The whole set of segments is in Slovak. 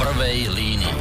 prvej línii.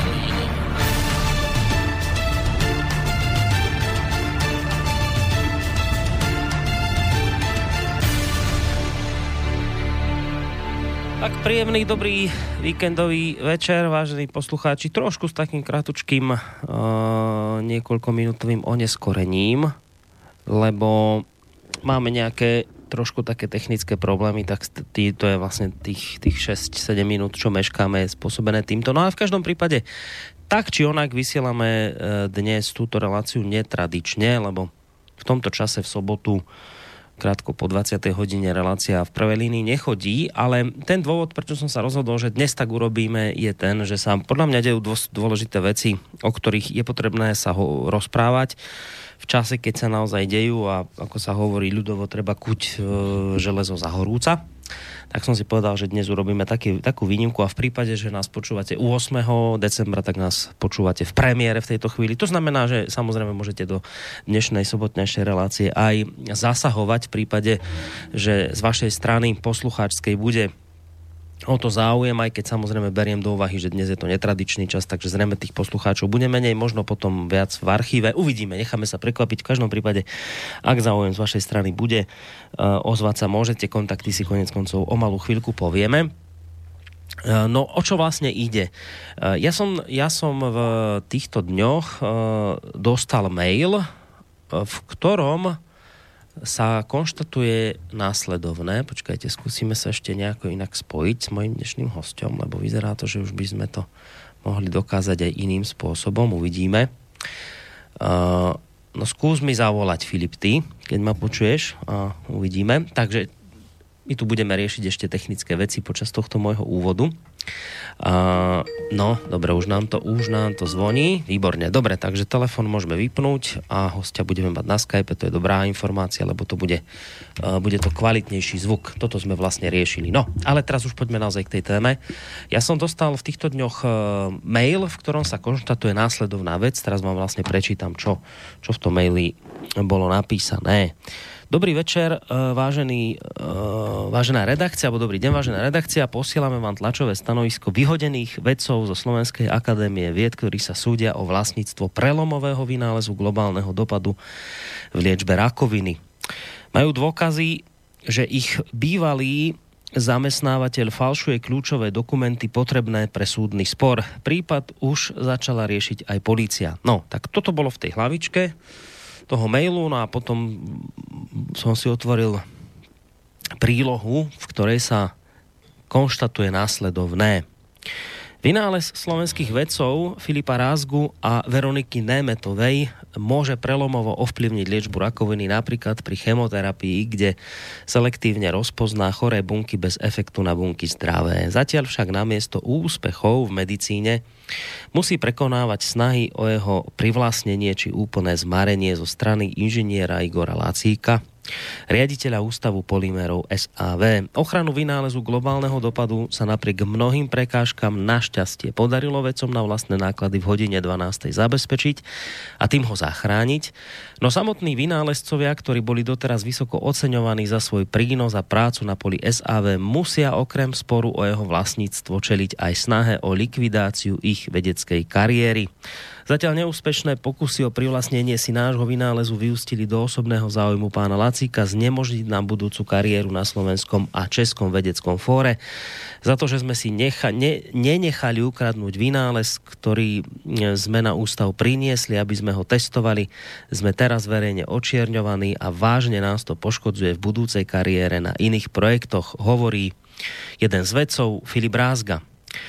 Tak príjemný, dobrý víkendový večer, vážení poslucháči. Trošku s takým kratučkým niekoľkominútovým oneskorením, lebo máme nejaké trošku také technické problémy, tak to je vlastne tých 6-7 minút, čo meškáme, je spôsobené týmto. No a v každom prípade, tak či onak vysielame dnes túto reláciu netradične, lebo v tomto čase v sobotu krátko po 20. hodine relácia v prvej línii nechodí, ale ten dôvod, prečo som sa rozhodol, že dnes tak urobíme, je ten, že sa podľa mňa dejú dôležité veci, o ktorých je potrebné sa rozprávať v čase, keď sa naozaj dejú a ako sa hovorí ľudovo, treba kuť železo za horúca. Tak som si povedal, že dnes urobíme takú výnimku a v prípade, že nás počúvate u 8. decembra, tak nás počúvate v premiére v tejto chvíli. To znamená, že samozrejme môžete do dnešnej sobotnejšej relácie aj zasahovať v prípade, že z vašej strany poslucháčskej bude o to záujem, aj keď samozrejme beriem do úvahy, že dnes je to netradičný čas, takže zrejme tých poslucháčov bude menej, možno potom viac v archíve. Uvidíme, necháme sa prekvapiť. V každom prípade, ak záujem z vašej strany bude, ozvať sa môžete, kontakty si koniec koncov o malú chvíľku povieme. No, o čo vlastne ide? Ja som v týchto dňoch dostal mail, v ktorom sa konštatuje následovné. Počkajte, skúsime sa ešte nejako inak spojiť s mojím dnešným hosťom, lebo vyzerá to, že už by sme to mohli dokázať aj iným spôsobom. Uvidíme. No skús mi zavolať, Filip, ty, keď ma počuješ. Uvidíme. Takže my tu budeme riešiť ešte technické veci počas tohto môjho úvodu. No, dobre, už nám to zvoní. Výborne, dobre, takže telefon môžeme vypnúť a hostia budeme mať na Skype, to je dobrá informácia, lebo to bude to kvalitnejší zvuk. Toto sme vlastne riešili. No, ale teraz už poďme naozaj k tej téme. Ja som dostal v týchto dňoch mail, v ktorom sa konštatuje následovná vec. Teraz vám vlastne prečítam, čo v tom maili bolo napísané. Dobrý večer, vážená redakcia, alebo dobrý deň, vážená redakcia. Posielame vám tlačové stanovisko vyhodených vedcov zo Slovenskej akadémie vied, ktorí sa súdia o vlastníctvo prelomového vynálezu globálneho dopadu v liečbe rakoviny. Majú dôkazy, že ich bývalý zamestnávateľ falšuje kľúčové dokumenty potrebné pre súdny spor. Prípad už začala riešiť aj polícia. No, tak toto bolo v tej hlavičke toho mailu, no a potom som si otvoril prílohu, v ktorej sa konštatuje následovné. Vynález slovenských vedcov Filipa Rázgu a Veroniky Németovej môže prelomovo ovplyvniť liečbu rakoviny napríklad pri chemoterapii, kde selektívne rozpozná choré bunky bez efektu na bunky zdravé. Zatiaľ však namiesto úspechov v medicíne musí prekonávať snahy o jeho privlastnenie či úplné zmarenie zo strany inžiniera Igora Lacíka, riaditeľa Ústavu polymérov SAV. Ochranu vynálezu globálneho dopadu sa napriek mnohým prekážkam našťastie podarilo vedcom na vlastné náklady v hodine 12. zabezpečiť a tým ho zachrániť. No samotní vynálezcovia, ktorí boli doteraz vysoko oceňovaní za svoj prínos a prácu na poli SAV, musia okrem sporu o jeho vlastníctvo čeliť aj snahe o likvidáciu ich vedeckej kariéry. Zatiaľ neúspešné pokusy o privlastnenie si nášho vynálezu vyústili do osobného záujmu pána Lacíka znemožniť nám budúcu kariéru na slovenskom a českom vedeckom fóre. Za to, že sme si nenechali ukradnúť vynález, ktorý sme na ústav priniesli, aby sme ho testovali, sme teraz verejne očierňovaní a vážne nás to poškodzuje v budúcej kariére na iných projektoch, hovorí jeden z vedcov Filip Rázga.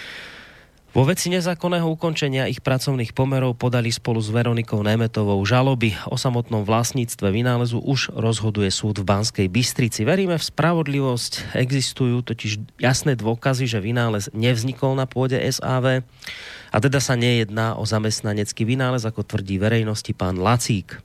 Vo veci nezákonného ukončenia ich pracovných pomerov podali spolu s Veronikou Németovou žaloby. O samotnom vlastníctve vynálezu už rozhoduje súd v Banskej Bystrici. Veríme v spravodlivosť. Existujú totiž jasné dôkazy, že vynález nevznikol na pôde SAV a teda sa nejedná o zamestnanecký vynález, ako tvrdí verejnosti pán Lacík.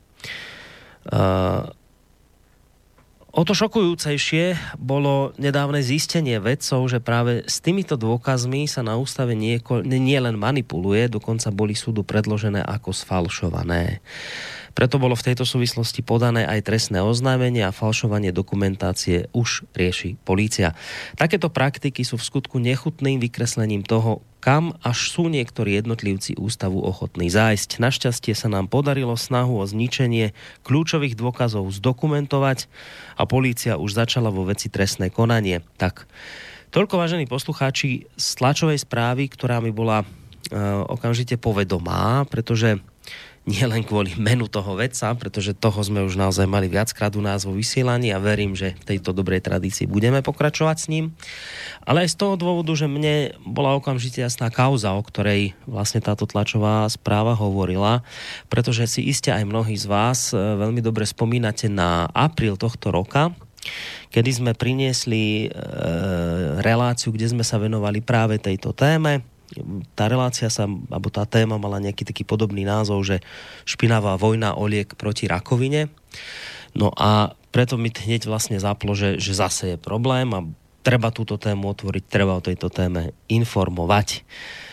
O to šokujúcejšie bolo nedávne zistenie vedcov, že práve s týmito dôkazmi sa na ústave nie len manipuluje, dokonca boli súdu predložené ako sfalšované. Preto bolo v tejto súvislosti podané aj trestné oznámenie a falšovanie dokumentácie už rieši polícia. Takéto praktiky sú v skutku nechutným vykreslením toho, kam až sú niektorí jednotlivci ústavu ochotní zájsť. Našťastie sa nám podarilo snahu o zničenie kľúčových dôkazov zdokumentovať a polícia už začala vo veci trestné konanie. Tak, toľko, vážení poslucháči, z tlačovej správy, ktorá mi bola okamžite povedomá, pretože nie len kvôli menu toho vedca, pretože toho sme už naozaj mali viackrát u nás vo vysielaní a verím, že v tejto dobrej tradícii budeme pokračovať s ním. Ale aj z toho dôvodu, že mne bola okamžite jasná kauza, o ktorej vlastne táto tlačová správa hovorila, pretože si iste aj mnohí z vás veľmi dobre spomínate na apríl tohto roka, kedy sme priniesli reláciu, kde sme sa venovali práve tejto téme. Tá relácia alebo tá téma mala nejaký taký podobný názov, že špinavá vojna o liek proti rakovine. No a preto mi hneď vlastne zaplo, že zase je problém a treba túto tému otvoriť, treba o tejto téme informovať.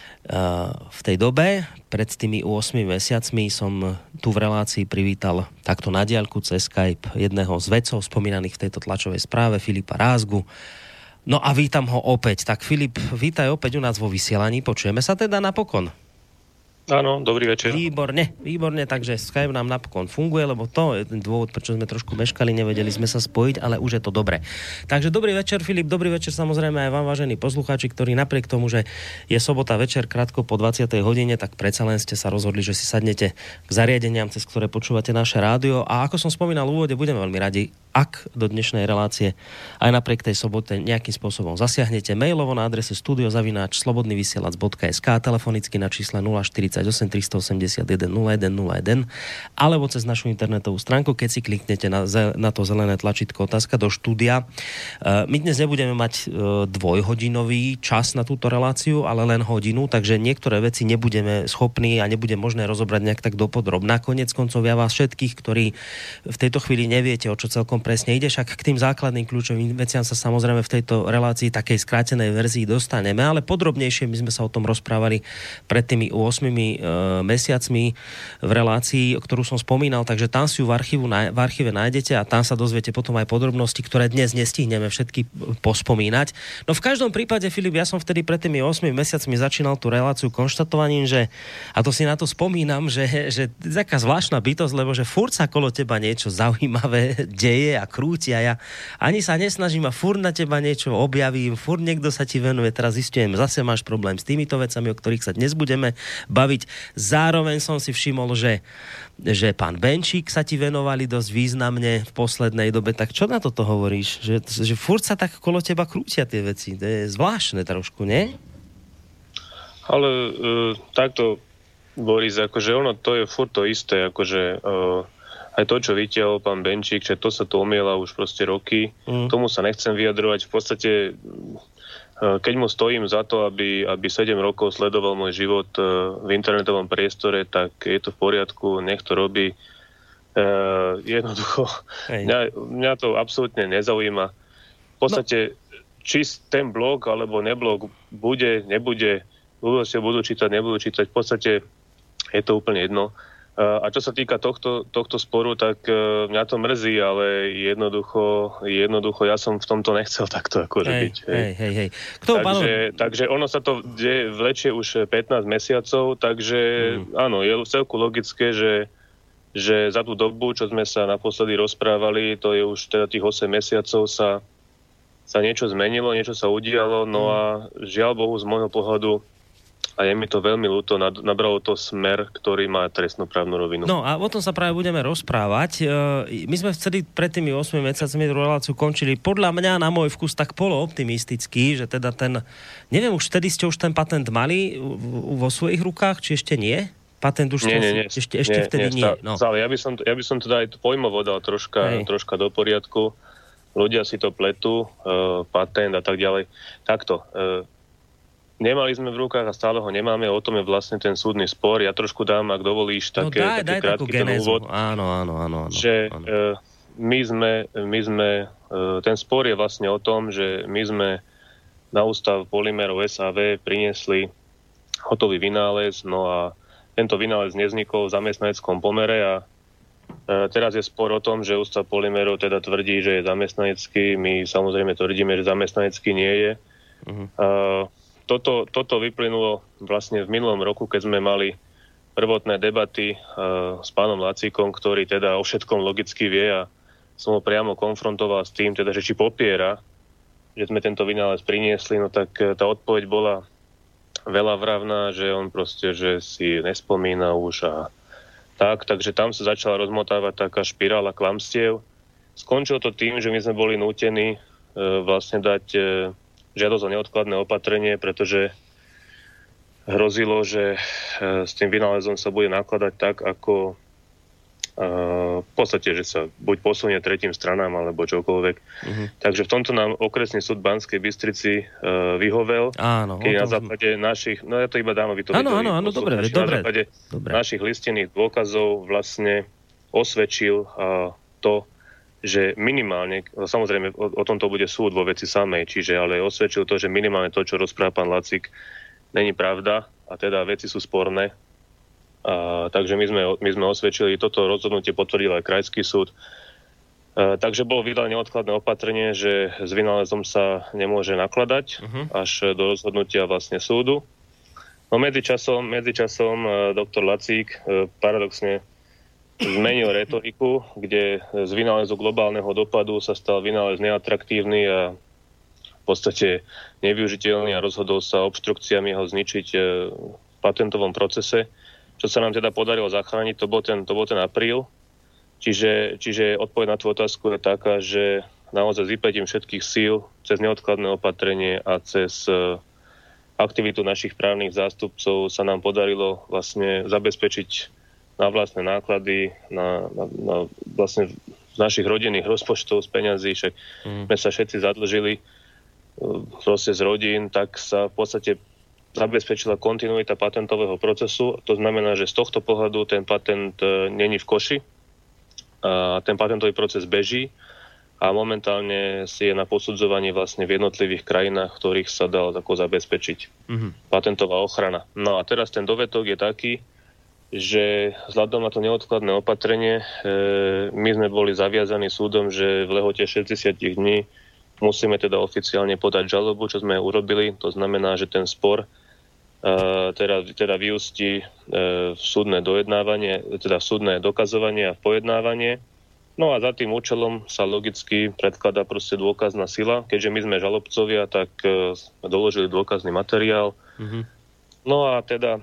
V tej dobe, pred tými 8 mesiacmi, som tu v relácii privítal takto na diaľku cez Skype jedného z vedcov spomínaných v tejto tlačovej správe, Filipa Rázgu. No a vítam ho opäť. Tak Filip, vítaj opäť u nás vo vysielaní. Počujeme sa teda napokon? Áno, dobrý večer. Výborne, takže Skype nám napokon funguje, lebo to je ten dôvod, prečo sme trošku meškali, nevedeli sme sa spojiť, ale už je to dobre. Takže dobrý večer, Filip, dobrý večer samozrejme aj vám, vážení poslucháči, ktorí napriek tomu, že je sobota večer krátko po 20. hodine, tak predsa len ste sa rozhodli, že si sadnete k zariadeniam, cez ktoré počúvate naše rádio. A ako som spomínal v úvode, budeme veľmi radi, ak do dnešnej relácie aj napriek tej sobote nejakým spôsobom zasiahnete mailovo na adrese studio@slobodnyvysielac.sk, telefonicky na čísle 048 381 0101 alebo cez našu internetovú stránku, keď si kliknete na to zelené tlačítko otázka do štúdia. My dnes nebudeme mať dvojhodinový čas na túto reláciu, ale len hodinu, takže niektoré veci nebudeme schopní a nebude možné rozobrať nejak tak dopodrobná. Koniec koncov ja vás všetkých, ktorí v tejto chvíli neviete, o čo celkom presne ide, však k tým základným kľúčovým veciam sa samozrejme v tejto relácii takej skrátenej verzii dostaneme, ale podrobnejšie my sme sa o tom rozprávali pred tými 8 mesiacmi v relácii, ktorú som spomínal, takže tam si ju v archíve nájdete a tam sa dozviete potom aj podrobnosti, ktoré dnes nestihneme všetky pospomínať. No v každom prípade, Filip, ja som vtedy pred tými 8 mesiacmi začínal tú reláciu konštatovaním, že, a to si na to spomínam, že taká zvláštna bytosť, lebo že furt sa kolo teba niečo zaujímavé deje a krúti a ja ani sa nesnažím a furt na teba niečo objavím, furt niekto sa ti venuje, teraz zistujem, zase máš problém s týmito vecami, o ktorých sa dnes budeme baviť. Zároveň som si všimol, že pán Benčík sa ti venovali dosť významne v poslednej dobe, tak čo na toto hovoríš? Že furt sa tak kolo teba krútia tie veci, to je zvláštne trošku, nie? Ale takto, Boris, akože ono to je furt to isté, akože aj to, čo vytiahol pán Benčík, že to sa to omiela už proste roky. Tomu sa nechcem vyjadrovať. V podstate, keď mu stojím za to, aby 7 rokov sledoval môj život v internetovom priestore, tak je to v poriadku, nech to robí. Jednoducho, mňa to absolútne nezaujíma. V podstate, či ten blog alebo neblog bude, nebude, ľudia budú čítať, nebudú čítať, v podstate je to úplne jedno. A čo sa týka tohto sporu, tak mňa to mrzí, ale jednoducho ja som v tomto nechcel takto akože byť. Hej. Takže ono sa to vlečie už 15 mesiacov, takže áno, je celku logické, že za tú dobu, čo sme sa naposledy rozprávali, to je už teda tých 8 mesiacov sa niečo zmenilo, niečo sa udialo, no a žiaľ Bohu z môjho pohľadu a je mi to veľmi ľúto, nabralo to smer, ktorý má trestnoprávnu rovinu. No a o tom sa práve budeme rozprávať. My sme vtedy pred tými 8 mesiacmi reláciu končili podľa mňa na môj vkus tak polooptimistický, že teda neviem, už vtedy ste už ten patent mali vo svojich rukách, či ešte nie? Patent už nie. Ešte vtedy nie. No. Ja by som teda aj pojmovo dal troška do poriadku. Ľudia si to pletú, patent a tak ďalej. Takto. Nemali sme v rukách a stále ho nemáme, o tom je vlastne ten súdny spor. Ja trošku dám, ak dovolíš, daj krátky ten úvod. Áno. Že my sme, ten spor je vlastne o tom, že my sme na Ústav polymerov SAV priniesli hotový vynález, no a tento vynález nevznikol v zamestnaneckom pomere a teraz je spor o tom, že Ústav polymerov teda tvrdí, že je zamestnanecký. My samozrejme tvrdíme, že zamestnanecký nie je. toto vyplynulo vlastne v minulom roku, keď sme mali prvotné debaty s pánom Lacíkom, ktorý teda o všetkom logicky vie, a som ho priamo konfrontoval s tým, teda, že či popiera, že sme tento vynález priniesli, no tak tá odpoveď bola veľavravná, že on proste, že si nespomína už a tak, takže tam sa začala rozmotávať taká špirála klamstiev. Skončilo to tým, že my sme boli nútení vlastne dať žiadosť o neodkladné opatrenie, pretože hrozilo, že s tým vynálezom sa bude nakladať tak, ako v podstate, že sa buď posunie tretím stranám, alebo čokoľvek. Takže v tomto nám okresný súd Banskej Bystrici vyhovel, keď na základe našich, no ja to iba dám, vy to áno, dobre. Na základe našich listinných dôkazov vlastne osvedčil to, že minimálne, samozrejme o tomto bude súd vo veci samej, čiže ale osvedčil to, že minimálne to, čo rozpráva pán Lacík, není pravda a teda veci sú sporné. Takže my sme osvedčili, toto rozhodnutie potvrdil aj krajský súd. Takže bolo vydané neodkladné opatrenie, že s vynálezom sa nemôže nakladať až do rozhodnutia vlastne súdu. No medzičasom doktor Lacík paradoxne zmenil retoriku, kde z vynálezu globálneho dopadu sa stal vynález neatraktívny a v podstate nevyužiteľný a rozhodol sa obštrukciami ho zničiť v patentovom procese. Čo sa nám teda podarilo zachrániť, to bol ten apríl. Čiže odpoveď na tú otázku je taká, že naozaj s vypletím všetkých síl cez neodkladné opatrenie a cez aktivitu našich právnych zástupcov sa nám podarilo vlastne zabezpečiť na vlastné náklady, na vlastne z našich rodinných rozpočtov, z peňazí, však sme sa všetci zadlžili proste z rodín, tak sa v podstate zabezpečila kontinuita patentového procesu. To znamená, že z tohto pohľadu ten patent není v koši. A ten patentový proces beží a momentálne si je na posudzovaní vlastne v jednotlivých krajinách, ktorých sa dal tako zabezpečiť patentová ochrana. No a teraz ten dovetok je taký, že vzhľadom na to neodkladné opatrenie my sme boli zaviazaní súdom, že v lehote 60 dní musíme teda oficiálne podať žalobu, čo sme urobili. To znamená, že ten spor teda vyústi v súdne dojednávanie, teda v súdne dokazovanie a v pojednávanie. No a za tým účelom sa logicky predkladá proste dôkazná sila. Keďže my sme žalobcovia, tak sme doložili dôkazný materiál. No a teda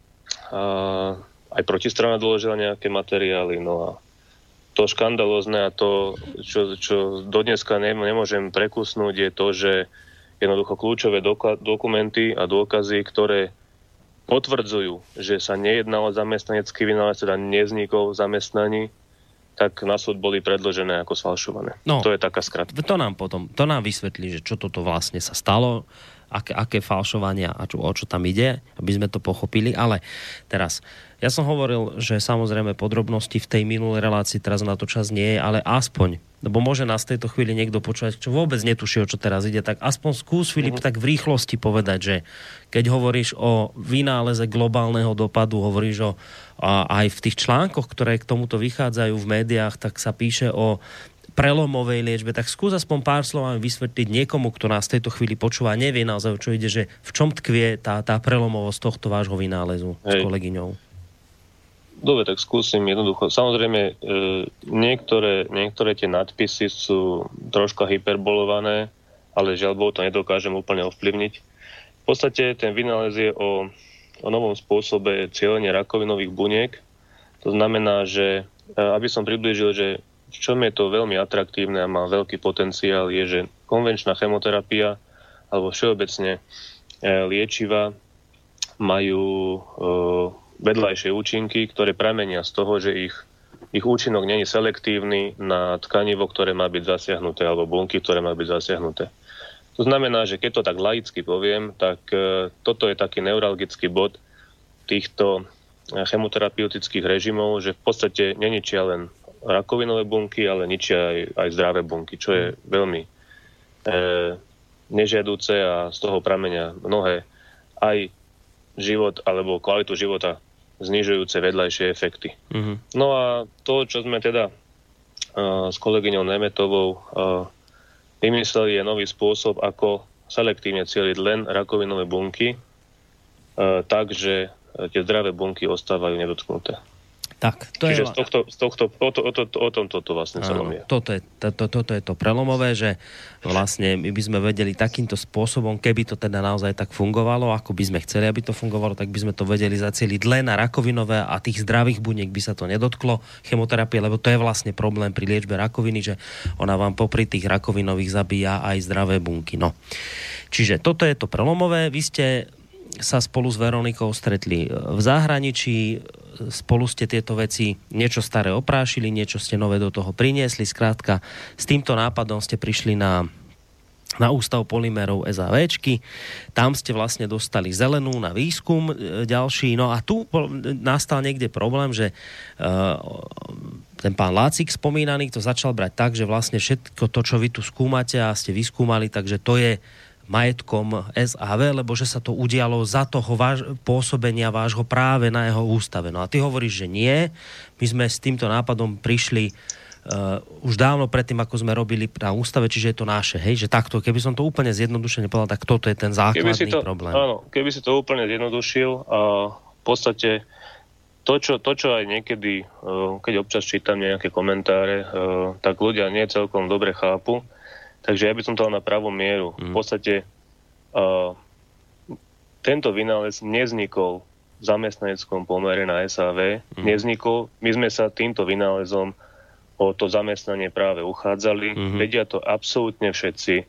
aj protistrana doložila nejaké materiály. No a to škandalózne a to, čo dodneska nemôžem prekusnúť, je to, že jednoducho kľúčové dokumenty a dôkazy, ktoré potvrdzujú, že sa nejedná o zamestnanecký vynález, teda nevznikol v zamestnaní, tak na súd boli predložené ako sfalšované. No, to je taká skratka. To nám vysvetlí, že čo toto vlastne sa stalo, aké falšovania a o čo tam ide, aby sme to pochopili. Ale teraz, ja som hovoril, že samozrejme podrobnosti v tej minulej relácii teraz na to čas nie je, ale aspoň, lebo môže nás v tejto chvíli niekto počúvať, čo vôbec netuší, o čo teraz ide, tak aspoň skús, Filip, tak v rýchlosti povedať, že keď hovoríš o vynáleze globálneho dopadu, hovoríš aj v tých článkoch, ktoré k tomuto vychádzajú v médiách, tak sa píše o prelomovej liečbe, tak skús aspoň pár slovami vysvetliť niekomu, kto nás v tejto chvíli počúva, nevie naozaj, čo ide, že v čom tkvie tá prelomovosť tohto vášho vynálezu s kolegyňou. Dobre, tak skúsim jednoducho. Samozrejme, niektoré tie nadpisy sú troška hyperbolované, ale žiaľ Bohu to nedokážem úplne ovplyvniť. V podstate ten vynález je o novom spôsobe cielenia rakovinových buniek. To znamená, že aby som priblížil, že v čom je to veľmi atraktívne a má veľký potenciál, je, že konvenčná chemoterapia alebo všeobecne liečiva majú vedľajšie účinky, ktoré pramenia z toho, že ich účinok nie je selektívny na tkanivo, ktoré má byť zasiahnuté, alebo bunky, ktoré má byť zasiahnuté. To znamená, že keď to tak laicky poviem, tak toto je taký neuralgický bod týchto chemoterapeutických režimov, že v podstate neničia len rakovinové bunky, ale ničia aj zdravé bunky, čo je veľmi nežiaduce a z toho pramenia mnohé aj život alebo kvalitu života znižujúce vedľajšie efekty. No a to, čo sme teda s kolegyňou Nemetovou vymysleli, je nový spôsob, ako selektívne cieliť len rakovinové bunky, tak, že tie zdravé bunky ostávajú nedotknuté. Tak, Čiže o tom toto vlastne celom je. Toto je to prelomové, že vlastne my by sme vedeli takýmto spôsobom, keby to teda naozaj tak fungovalo, ako by sme chceli, aby to fungovalo, tak by sme to vedeli zacieliť len na rakovinové a tých zdravých buniek by sa to nedotklo chemoterapie, lebo to je vlastne problém pri liečbe rakoviny, že ona vám popri tých rakovinových zabíja aj zdravé bunky. No. Čiže toto je to prelomové. Vy ste sa spolu s Veronikou stretli v zahraničí, spolu ste tieto veci niečo staré oprášili, niečo ste nové do toho priniesli, skrátka s týmto nápadom ste prišli na Ústav polymerov SAVčky, tam ste vlastne dostali zelenú na výskum ďalší, no a tu nastal niekde problém, že ten pán Lácik spomínaný to začal brať tak, že vlastne všetko to, čo vy tu skúmate a ste vyskúmali, takže to je majetkom SAV, lebo že sa to udialo za toho pôsobenia vášho práve na jeho ústave. No a ty hovoríš, že nie. My sme s týmto nápadom prišli už dávno predtým, ako sme robili na ústave, čiže je to naše. Hej? Že takto, keby som to úplne zjednodušene povedal, tak toto je ten základný problém. Áno, keby si to úplne zjednodušil a v podstate to, čo aj niekedy, keď občas čítam nejaké komentáre, tak ľudia nie celkom dobre chápu. Takže ja by som to dal na pravú mieru. V podstate tento vynález nevznikol v zamestnaneckom pomere na SAV. Nevznikol. My sme sa týmto vynálezom o to zamestnanie práve uchádzali. Vedia to absolútne všetci.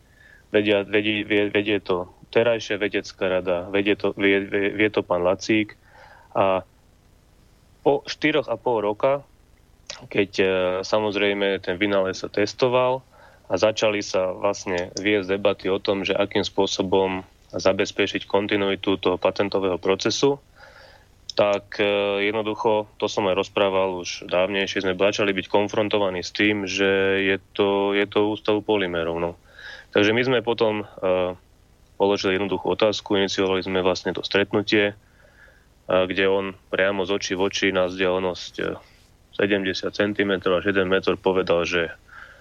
Vedie to terajšia vedecká rada, vie to pán Lacík. A po 4,5 roka, keď samozrejme ten vynález sa testoval, a začali sa vlastne viesť debaty o tom, že akým spôsobom zabezpečiť kontinuitu toho patentového procesu, tak jednoducho, to som aj rozprával už dávnejšie, sme začali byť konfrontovaní s tým, že je to Ústav polymerov. No. Takže my sme potom položili jednoduchú otázku, iniciovali sme vlastne to stretnutie, kde on priamo z očí v oči na vzdialenosť 70 cm až 1 meter povedal, že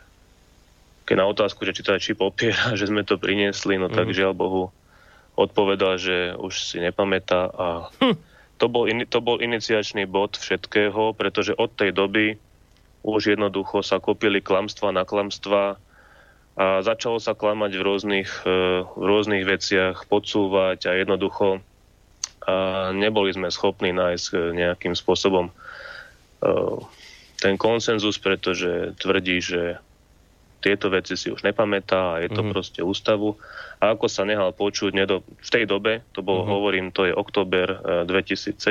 keď na otázku, že či to aj či popiera, že sme to priniesli, no tak žiaľ Bohu odpovedal, že už si nepamätá a to bol iniciačný bod všetkého, pretože od tej doby už jednoducho sa kopili klamstvá na klamstvá a začalo sa klamať v rôznych veciach, podsúvať a jednoducho neboli sme schopní nájsť nejakým spôsobom ten konsenzus, pretože tvrdí, že tieto veci si už nepamätá a je to proste ústavu. A ako sa nehal počuť v tej dobe, to bol, hovorím, to je október 2017,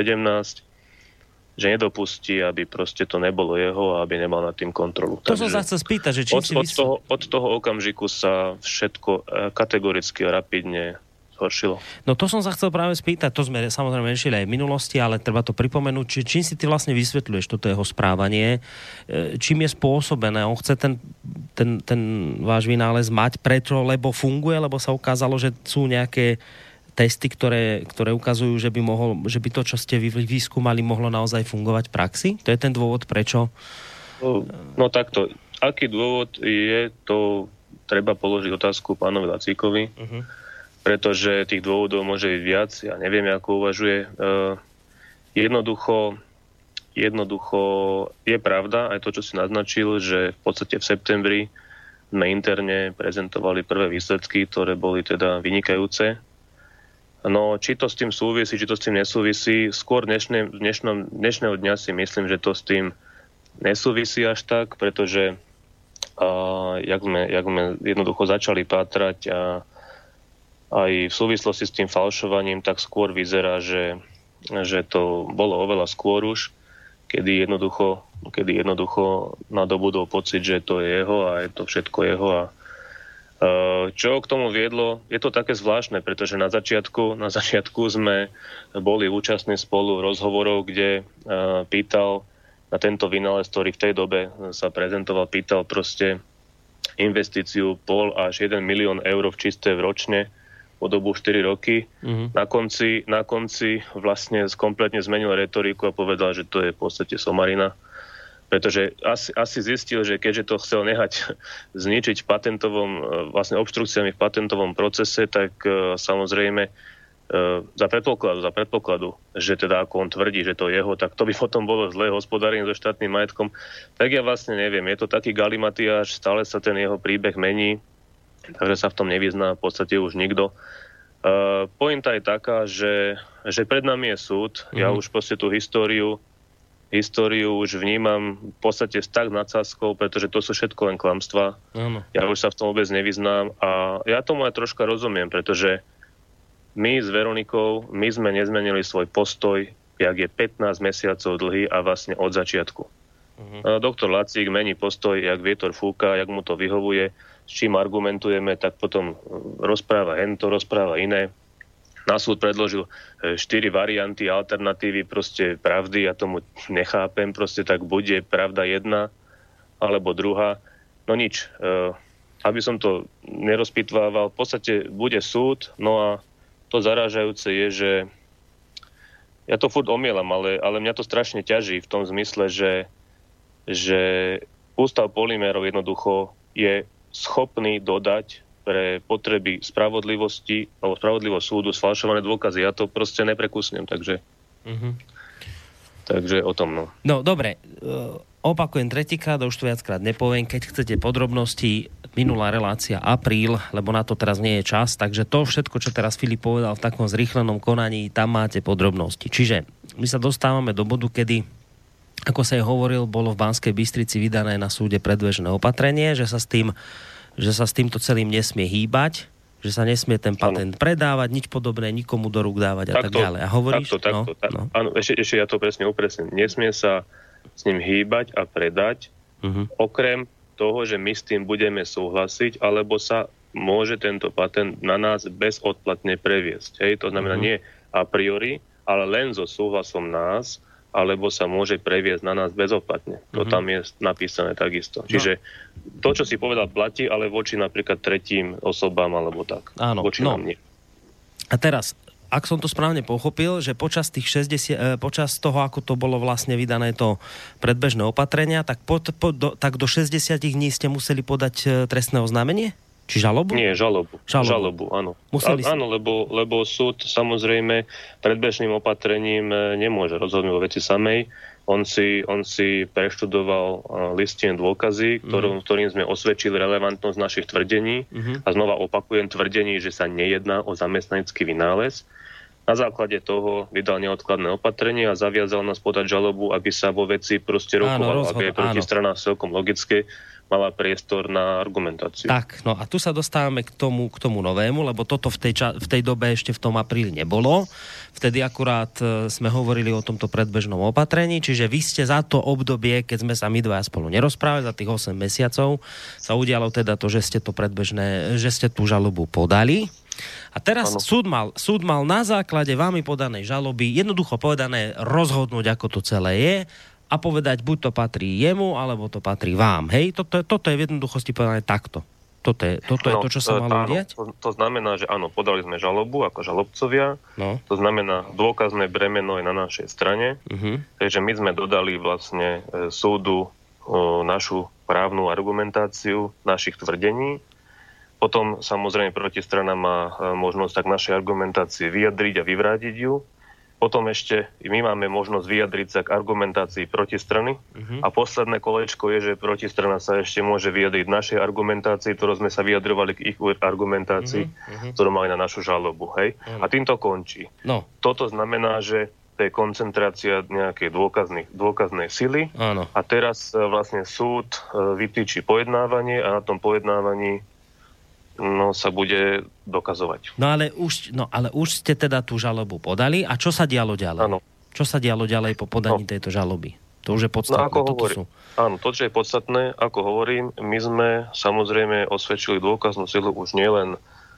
že nedopustí, aby proste to nebolo jeho a aby nemal nad tým kontrolu. To som sa chcel spýtať, že od toho okamžiku sa všetko kategoricky a rapidne zhoršilo. No to som sa chcel práve spýtať, to sme samozrejme riešili aj v minulosti, ale treba to pripomenúť, čím si ty vlastne vysvetľuješ toto jeho správanie, čím je spôsobené, on chce ten váš vynález mať preto, lebo funguje, lebo sa ukázalo, že sú nejaké testy, ktoré ukazujú, že by to, čo ste vyskúmali, mohlo naozaj fungovať v praxi? To je ten dôvod, prečo? No takto, aký dôvod je, to treba položiť otázku pánovi Lacíkovi, pretože tých dôvodov môže byť viac, ja neviem, ako uvažuje. Jednoducho je pravda aj to, čo si naznačil, že v podstate v septembri sme interne prezentovali prvé výsledky, ktoré boli teda vynikajúce. No, či to s tým súvisí, či to s tým nesúvisí, skôr dnešného dňa si myslím, že to s tým nesúvisí až tak, pretože jak sme jednoducho začali pátrať a aj v súvislosti s tým falšovaním, tak skôr vyzerá, že to bolo oveľa skôr už, kedy jednoducho nadobudol pocit, že to je jeho a je to všetko jeho. A čo k tomu viedlo, je to také zvláštne, pretože na začiatku sme boli účastní spolu rozhovorov, kde pýtal na tento vynález, ktorý v tej dobe sa prezentoval, pýtal proste investíciu 0,5 až 1 milión eur v čisté ročne po dobu 4 roky. Na konci vlastne kompletne zmenil retoriku a povedal, že to je v podstate somarina. Pretože asi zistil, že keďže to chcel nehať zničiť v patentovom, vlastne obštrukciami v patentovom procese, tak samozrejme za predpokladu, že teda ako on tvrdí, že to je jeho, tak to by potom bolo zlé hospodárenie so štátnym majetkom. Tak ja vlastne neviem, je to taký galimatiáš, stále sa ten jeho príbeh mení, takže sa v tom nevyzná v podstate už nikto. Pointa je taká, že pred nami je súd, ja už proste tú históriu už vnímam v podstate tak nadsázkou, pretože to sú všetko len klamstvá. Ja už sa v tom vôbec nevyznám a ja tomu aj troška rozumiem, pretože my s Veronikou, my sme nezmenili svoj postoj, jak je 15 mesiacov dlhý a vlastne od začiatku. Doktor Lacík mení postoj, jak vietor fúka, jak mu to vyhovuje, s čím argumentujeme, tak potom rozpráva hento, rozpráva iné. Na súd predložil 4 varianty, alternatívy proste pravdy, ja tomu nechápem, proste tak bude pravda jedna alebo druhá. No nič, aby som to nerozpitvával, v podstate bude súd, no a to zarážajúce je, že ja to furt omielam, ale mňa to strašne ťaží v tom zmysle, že Ústav polymérov jednoducho je schopný dodať pre potreby spravodlivosti alebo spravodlivého súdu sfalšované dôkazy. Ja to proste neprekusnem, takže o tom, no. No, dobre. Opakujem tretíkrát, už to viackrát nepoviem. Keď chcete podrobnosti, minulá relácia apríl, lebo na to teraz nie je čas, takže to všetko, čo teraz Filip povedal v takom zrýchlenom konaní, tam máte podrobnosti. Čiže my sa dostávame do bodu, kedy, ako sa hovoril, bolo v Banskej Bystrici vydané na súde predbežné opatrenie, že sa s týmto celým nesmie hýbať, že sa nesmie ten patent predávať, nič podobné, nikomu do rúk dávať a tak ďalej. A hovoríš? Takto. Áno, ešte ja to presne upresním. Nesmie sa s ním hýbať a predať, okrem toho, že my s tým budeme súhlasiť, alebo sa môže tento patent na nás bezodplatne previesť. Hej? To znamená nie a priori, ale len so súhlasom nás, alebo sa môže previesť na nás bezodplatne. To tam je napísané takisto. Čiže to, čo si povedal, platí, ale voči napríklad tretím osobám, alebo tak. Áno, voči nám nie. A teraz, ak som to správne pochopil, že počas toho, ako to bolo vlastne vydané to predbežné opatrenia, tak do 60 dní ste museli podať trestné oznámenie? Či žalobu? Nie, žalobu, áno. Áno, lebo súd samozrejme predbežným opatrením nemôže rozhodnúť o veci samej. On si preštudoval listinu dôkazy, ktorým sme osvedčili relevantnosť našich tvrdení. A znova opakujem tvrdení, že sa nejedná o zamestnanecký vynález. Na základe toho vydal neodkladné opatrenie a zaviazal nás podať žalobu, aby sa vo veci proste rokovalo, aby je protistrana celkom logické mala priestor na argumentáciu. Tak, no a tu sa dostávame k tomu novému, lebo toto v tej dobe ešte v tom apríli nebolo. Vtedy akurát sme hovorili o tomto predbežnom opatrení, čiže vy ste za to obdobie, keď sme sa my dvaja spolu nerozprávali, za tých 8 mesiacov, sa udialo teda to, že ste tú žalobu podali. A teraz súd mal na základe vami podanej žaloby jednoducho povedané rozhodnúť, ako to celé je a povedať, buď to patrí jemu, alebo to patrí vám. Hej, toto je v jednoduchosti povedané takto. Toto je to, čo sa malo udiať? To znamená, že áno, podali sme žalobu ako žalobcovia. To znamená, dôkazné bremeno je na našej strane. Takže my sme dodali vlastne súdu našu právnu argumentáciu našich tvrdení. Potom samozrejme protistrana má možnosť tak našej argumentácie vyjadriť a vyvrátiť ju. Potom ešte my máme možnosť vyjadriť sa k argumentácii protistrany. A posledné kolečko je, že protistrana sa ešte môže vyjadriť našej argumentácii, ktorú sme sa vyjadrovali k ich argumentácii, ktorú mali na našu žalobu. Hej? A týmto končí. Toto znamená, že to je koncentrácia nejakej dôkaznej sily. A teraz vlastne súd vypíči pojednávanie a na tom pojednávaní sa bude dokazovať. Ale už ste teda tú žalobu podali. A čo sa dialo ďalej? Áno. Čo sa dialo ďalej po podaní tejto žaloby? To už je podstatné. Áno, to, čo je podstatné, ako hovorím, my sme samozrejme osvedčili dôkaznú silu už nielen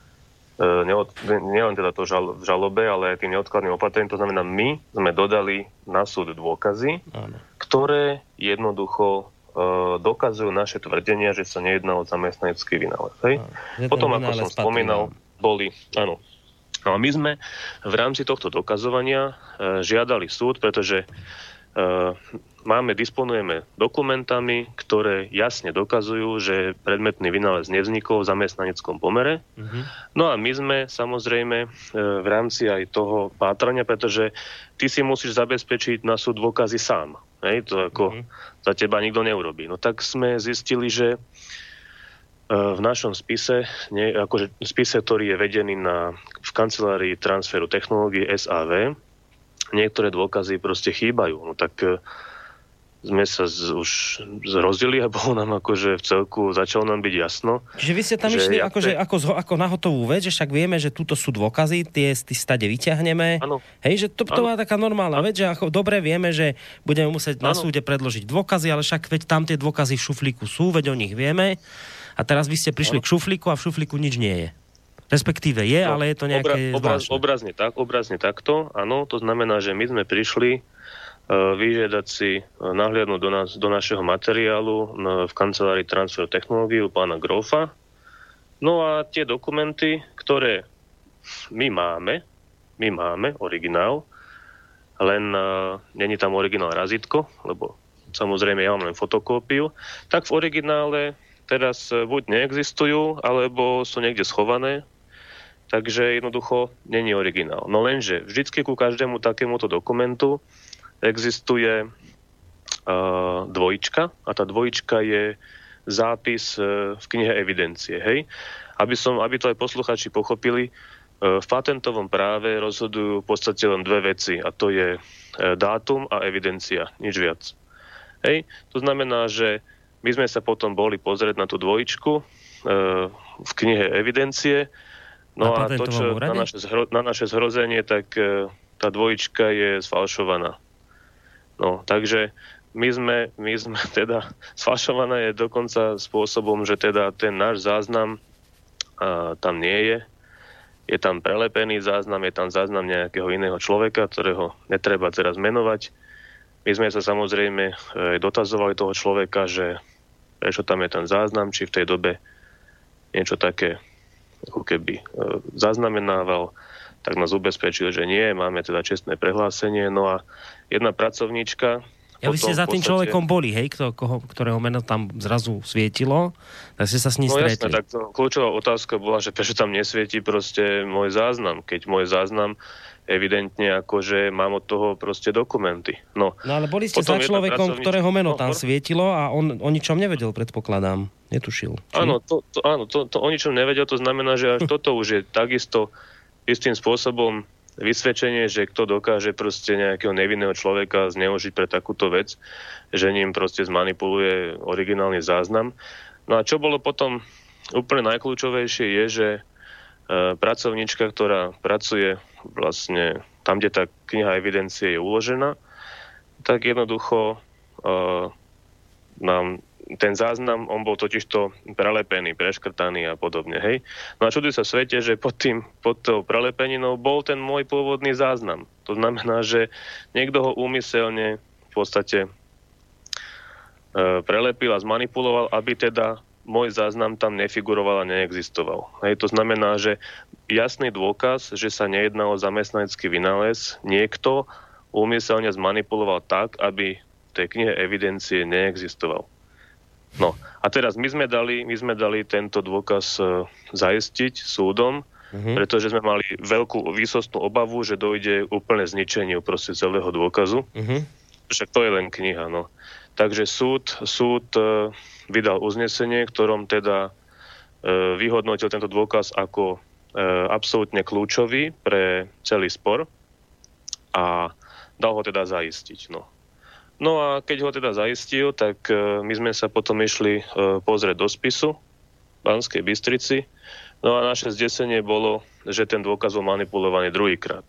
teda to v žalobe, ale aj tým neodkladným opatrením. To znamená, my sme dodali na súd dôkazy, ktoré jednoducho dokazujú naše tvrdenia, že sa nejedná o zamestnanecký vynález. Potom, ako som spomínal, boli... Áno. No a my sme v rámci tohto dokazovania žiadali súd, pretože disponujeme dokumentami, ktoré jasne dokazujú, že predmetný vynález nevznikol v zamestnaneckom pomere. No a my sme samozrejme v rámci aj toho pátrania, pretože ty si musíš zabezpečiť na súd dôkazy sám. Hej, to ako za teba nikto neurobí. No tak sme zistili, že v našom spise, spise, ktorý je vedený v kancelárii transferu technológií SAV, niektoré dôkazy proste chýbajú. No tak sme sa už zrozdili a bolo nám akože v celku začalo nám byť jasno. Čiže vy ste tam išli ako na hotovú vec, že však vieme, že tuto sú dôkazy, tie stade vyťahneme. Ano. Hej, že to bola taká normálna vec, že ako dobre vieme, že budeme musieť na súde predložiť dôkazy, ale však veď tam tie dôkazy v šuflíku sú, veď o nich vieme. A teraz vy ste prišli k šuflíku a v šuflíku nič nie je. Respektíve je, ale je to nejaké zvláštne. Obrazne takto, áno. To znamená, že my sme prišli vyžiadať si nahliadnúť do našeho materiálu v kancelárii transferu technológií u pána Grofa. No a tie dokumenty, ktoré my máme originál, len není tam originál razítko, lebo samozrejme ja mám len fotokópiu, tak v originále teraz buď neexistujú, alebo sú niekde schované, takže jednoducho není originál. No lenže vždycky ku každému takémuto dokumentu existuje dvojička a tá dvojička je zápis v knihe evidencie. Hej? Aby to aj posluchači pochopili, v patentovom práve rozhodujú v podstate len dve veci a to je dátum a evidencia, nič viac. Hej? To znamená, že my sme sa potom boli pozrieť na tú dvojičku v knihe evidencie, no a to, čo na naše zhrozenie, tak tá dvojička je sfalšovaná. No, takže my sme teda, sfalšované je dokonca spôsobom, že teda ten náš záznam tam nie je. Je tam prelepený záznam, je tam záznam nejakého iného človeka, ktorého netreba teraz menovať. My sme sa samozrejme dotazovali toho človeka, že prečo tam je ten záznam, či v tej dobe niečo také ako keby zaznamenával, tak nás ubezpečil, že nie, máme teda čestné prehlásenie. No a jedna pracovníčka... Ja vy ste za tým človekom boli, hej, ktorého meno tam zrazu svietilo, tak ste sa s ním stretli. Jasné, tak kľúčová otázka bola, že prečo tam nesvietí proste môj záznam, keď môj záznam evidentne akože mám od toho proste dokumenty. No ale boli ste za človekom, ktorého meno tam svietilo a on o ničom nevedel, predpokladám. Netušil. Či? Áno, to o ničom nevedel, to znamená, že až toto už je takisto istým spôsobom vysvedčenie, že kto dokáže proste nejakého nevinného človeka zneužiť pre takúto vec, že ním proste zmanipuluje originálny záznam. No a čo bolo potom úplne najkľúčovejšie je, že pracovníčka, ktorá pracuje vlastne tam, kde tá kniha evidencie je uložená, tak jednoducho nám ten záznam, on bol totižto prelepený, preškrtaný a podobne, hej. No a čuduj sa svete, že pod tou prelepeninou bol ten môj pôvodný záznam. To znamená, že niekto ho úmyselne v podstate prelepil a zmanipuloval, aby teda môj záznam tam nefiguroval a neexistoval. Hej, to znamená, že jasný dôkaz, že sa nejedná o zamestnanecký vynález, niekto úmyselne zmanipuloval tak, aby v tej knihe evidencie neexistoval. No a teraz my sme dali tento dôkaz zaistiť súdom, pretože sme mali veľkú výsostnú obavu, že dojde úplne zničeniu proste celého dôkazu. Však to je len kniha, no. Takže súd vydal uznesenie, ktorom teda vyhodnotil tento dôkaz ako absolútne kľúčový pre celý spor a dal ho teda zaistiť, no. No a keď ho teda zaistil, tak my sme sa potom išli pozrieť do spisu v Banskej Bystrici. No a naše zdesenie bolo, že ten dôkaz bol manipulovaný druhýkrát.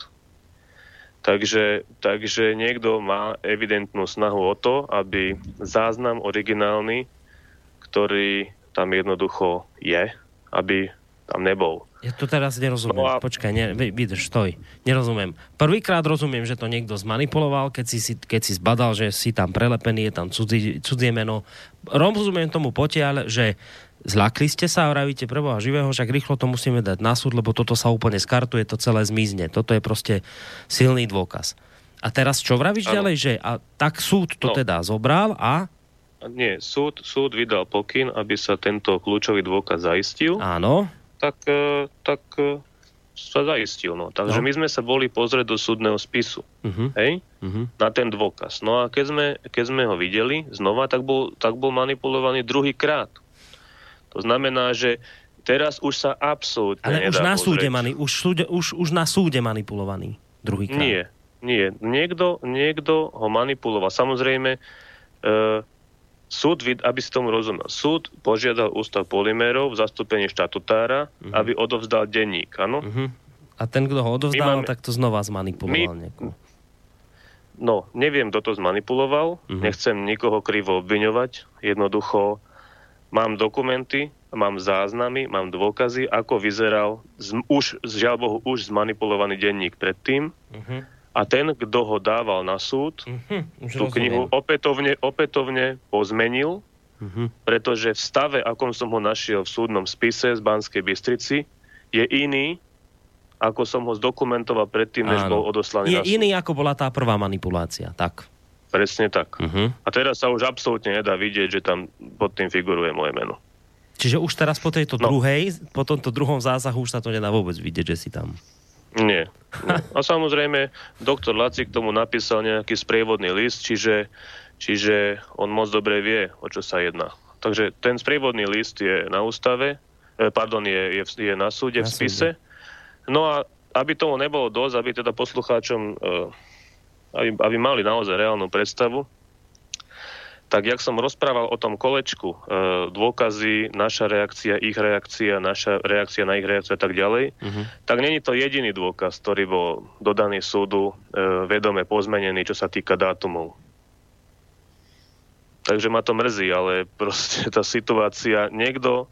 Takže niekto má evidentnú snahu o to, aby záznam originálny, ktorý tam jednoducho je, aby tam nebol. Ja to teraz nerozumiem. No počkaj, vydrž, stoj. Nerozumiem. Prvýkrát rozumiem, že to niekto zmanipuloval, keď si zbadal, že si tam prelepený, je tam cudzie meno. Rozumiem tomu potiaľ, že zľakli ste sa a vravíte pre Boha živého, však rýchlo to musíme dať na súd, lebo toto sa úplne skartuje, to celé zmizne. Toto je proste silný dôkaz. A teraz čo vravíš ďalej, že tak súd to teda zobral a... Nie, súd vydal pokyn, aby sa tento kľúčový dôkaz zaistil. Áno. Tak sa zaistil. No. Takže my sme sa boli pozrieť do súdneho spisu. Hej? Na ten dôkaz. No a keď sme ho videli znova, tak bol manipulovaný druhýkrát. To znamená, že teraz už sa absolútne ale nedá už na súde už na súde manipulovaný druhýkrát. Nie. Niekto ho manipuloval. Samozrejme, súd, aby si tomu rozumel, súd požiadal Ústav polymérov v zastúpení štatutára, aby odovzdal denník, áno? A ten, kto ho odovzdal, tak to znova zmanipuloval niekoho. No, neviem, kto to zmanipuloval, nechcem nikoho krivo obviňovať, jednoducho mám dokumenty, mám záznamy, mám dôkazy, ako vyzeral žiaľ Bohu, už zmanipulovaný denník predtým. A ten, kto ho dával na súd, tú knihu opätovne pozmenil, pretože v stave, akom som ho našiel v súdnom spise z Banskej Bystrici, je iný, ako som ho zdokumentoval predtým, než bol odoslaný na súd. Je iný, ako bola tá prvá manipulácia, tak. Presne tak. A teraz sa už absolútne nedá vidieť, že tam pod tým figuruje moje meno. Čiže už teraz po tejto po tomto druhom zásahu už sa to nedá vôbec vidieť, že si tam... Nie. A samozrejme, doktor Lacík tomu napísal nejaký sprievodný list, čiže on moc dobre vie, o čo sa jedná. Takže ten sprievodný list je na ústave, je na súde v spise. No a aby tomu nebolo dosť, aby teda poslucháčom, aby mali naozaj reálnu predstavu, tak jak som rozprával o tom kolečku, dôkazy, naša reakcia, ich reakcia, naša reakcia na ich reakciu a tak ďalej, tak není to jediný dôkaz, ktorý bol dodaný súdu vedome pozmenený, čo sa týka dátumov. Takže ma to mrzí, ale proste tá situácia, niekto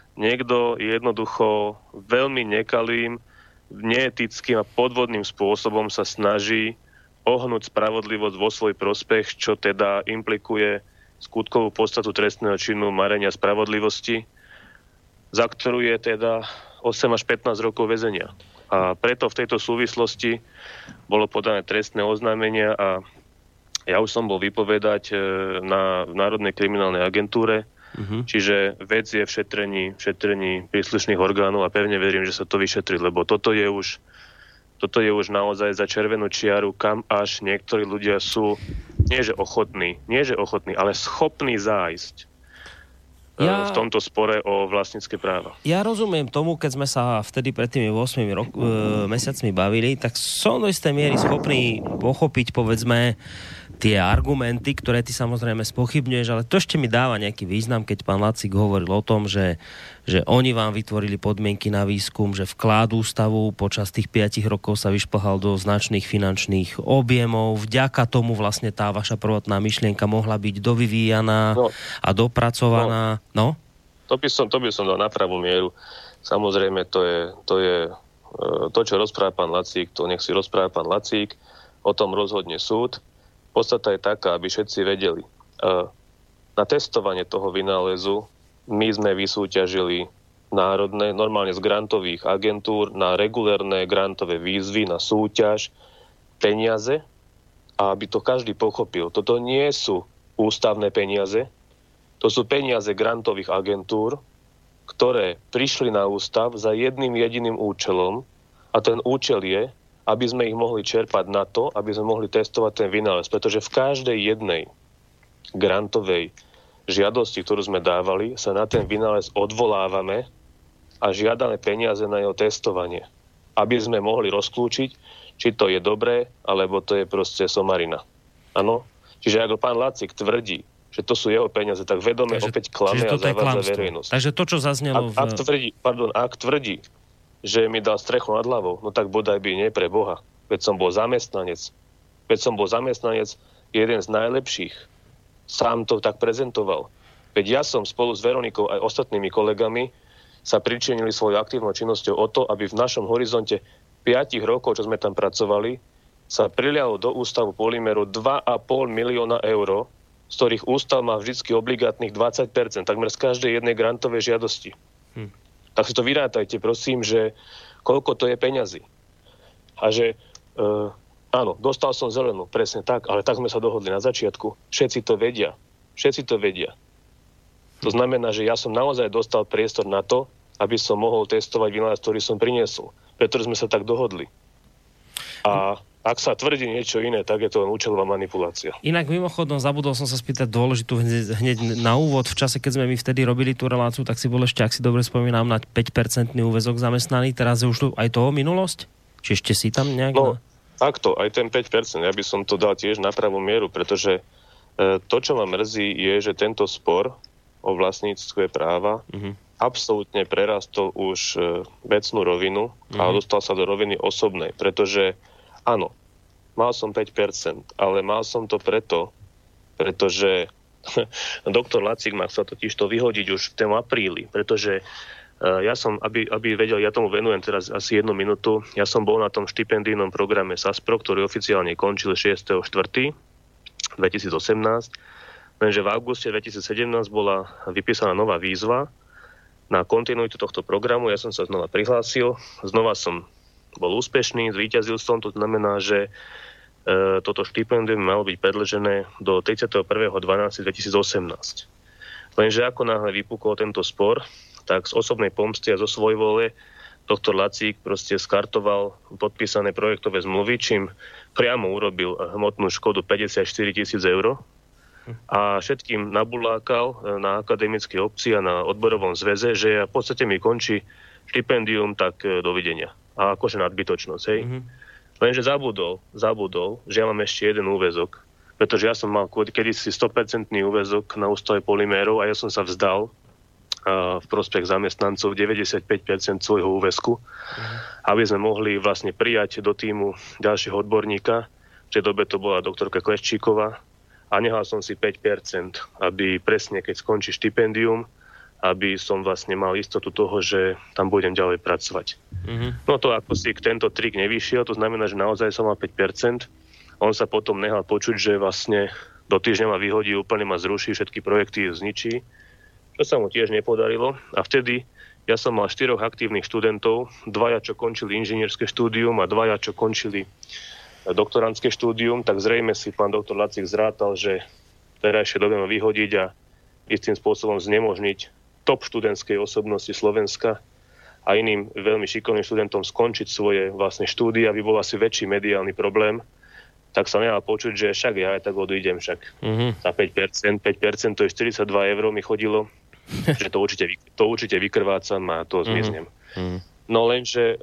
jednoducho veľmi nekalým, neetickým a podvodným spôsobom sa snaží ohnúť spravodlivosť vo svoj prospech, čo teda implikuje skutkovú podstatu trestného činu marenia spravodlivosti, za ktorú je teda 8 až 15 rokov väzenia. A preto v tejto súvislosti bolo podané trestné oznámenia a ja už som bol vypovedať v Národnej kriminálnej agentúre, čiže vec je v šetrení príslušných orgánov a pevne verím, že sa to vyšetrí, lebo toto je už naozaj za červenú čiaru, kam až niektorí ľudia sú nie že ochotní, ale schopní zájsť v tomto spore o vlastnícke práva. Ja rozumiem tomu, keď sme sa vtedy pred tými 8 mesiacmi bavili, tak som do istej miery schopný pochopiť, povedzme, tie argumenty, ktoré ty samozrejme spochybňuješ, ale to ešte mi dáva nejaký význam, keď pán Lacík hovoril o tom, že oni vám vytvorili podmienky na výskum, že vklad ústavu počas tých 5 rokov sa vyšplhal do značných finančných objemov. Vďaka tomu vlastne tá vaša prvotná myšlienka mohla byť dovyvíjaná a dopracovaná. No? To by som dal na pravú mieru. Samozrejme, to je to, čo rozpráva pán Lacík, to nech si rozpráva pán Lacík, o tom rozhodne súd. Podstata je taká, aby všetci vedeli. Na testovanie toho vynálezu my sme vysúťažili normálne z grantových agentúr na regulérne grantové výzvy, na súťaž, peniaze, a aby to každý pochopil. Toto nie sú ústavné peniaze, to sú peniaze grantových agentúr, ktoré prišli na ústav za jedným jediným účelom, a ten účel je, aby sme ich mohli čerpať na to, aby sme mohli testovať ten vynález. Pretože v každej jednej grantovej žiadosti, ktorú sme dávali, sa na ten vynález odvolávame a žiadame peniaze na jeho testovanie. Aby sme mohli rozklúčiť, či to je dobré, alebo to je proste somarina. Áno? Čiže ako pán Lacík tvrdí, že to sú jeho peniaze, tak vedome opäť klame a zavádza verejnosť. Takže to, čo zaznelo Ak tvrdí, že mi dal strechu nad hlavou, no tak bodaj by nie pre Boha. Veď som bol zamestnanec, jeden z najlepších. Sám to tak prezentoval. Veď ja som spolu s Veronikou aj ostatnými kolegami sa pričinili svojou aktívnou činnosťou o to, aby v našom horizonte 5 rokov, čo sme tam pracovali, sa prilialo do ústavu Polyméru 2,5 milióna eur, z ktorých ústav má vždycky obligátnych 20%, takmer z každej jednej grantovej žiadosti. Tak si to vyrátajte, prosím, že koľko to je peňazí. A že Áno, dostal som zelenú, presne tak, ale tak sme sa dohodli na začiatku. Všetci to vedia. To znamená, že ja som naozaj dostal priestor na to, aby som mohol testovať vynález, ktorý som priniesol. Pretože sme sa tak dohodli. A ak sa tvrdí niečo iné, tak je to len účelová manipulácia. Inak mimochodom, zabudol som sa spýtať dôležitú hneď na úvod. V čase, keď sme my vtedy robili tú reláciu, tak si bol ešte, ak si dobre spomínam, na 5% úväzok zamestnaný. Teraz je už aj toho minulosť? Či ešte si tam nejak? No, takto, aj ten 5%. Ja by som to dal tiež na pravú mieru, pretože to, čo ma mrzí, je, že tento spor o vlastníctve práva absolútne prerastol už vecnú rovinu a dostal sa do roviny osobnej, pretože áno, mal som 5%, ale mal som to pretože doktor Lacík ma chcel totiž to vyhodiť už v tom apríli, pretože ja som, aby vedel, ja tomu venujem teraz asi 1 minútu, ja som bol na tom štipendijnom programe SASPRO, ktorý oficiálne končil 6.4.2018, lenže v auguste 2017 bola vypísaná nová výzva na kontinuitu tohto programu. Ja som sa znova prihlásil, znova som bol úspešný, zvíťazil som, to znamená, že toto štipendium malo byť predĺžené do 31.12.2018. Lenže ako náhle vypukol tento spor, tak z osobnej pomsty a zo svojvôle doktor Lacík proste skartoval podpísané projektové zmluvy, čím priamo urobil hmotnú škodu 54 000 eur a všetkým nabulákal na akademickej obci a na odborovom zväze, že v podstate mi končí štipendium, tak dovidenia. A akože nadbytočnosť, hej. Lenže zabudol, že ja mám ešte jeden úväzok, pretože ja som mal kedysi 100% úväzok na ústave polymérov a ja som sa vzdal v prospech zamestnancov 95% svojho úväzku, aby sme mohli vlastne prijať do týmu ďalšieho odborníka. V tej dobe to bola doktorka Kleščíková a nehal som si 5%, aby presne keď skončí štipendium, aby som vlastne mal istotu toho, že tam budem ďalej pracovať. No to ako si tento trik nevyšiel, to znamená, že naozaj som mal 5%. On sa potom nehal počuť, že vlastne do týždňa ma vyhodí, úplne ma zruší, všetky projekty zničí. To sa mu tiež nepodarilo. A vtedy ja som mal 4 aktívnych študentov, 2, čo končili inžinierské štúdium a 2, čo končili doktorantské štúdium, tak zrejme si pán doktor Lacík zrátal, že v terajšej dobe ma vyhodiť a istým spôsobom znemožniť top študentskej osobnosti Slovenska a iným veľmi šikovným študentom skončiť svoje vlastne štúdia, aby bol asi väčší mediálny problém, tak sa nehal počuť, že však ja aj tak odídem však za 5%. 5% to je 42 eur mi chodilo, že to určite vykrvácam a to zmiznem. No lenže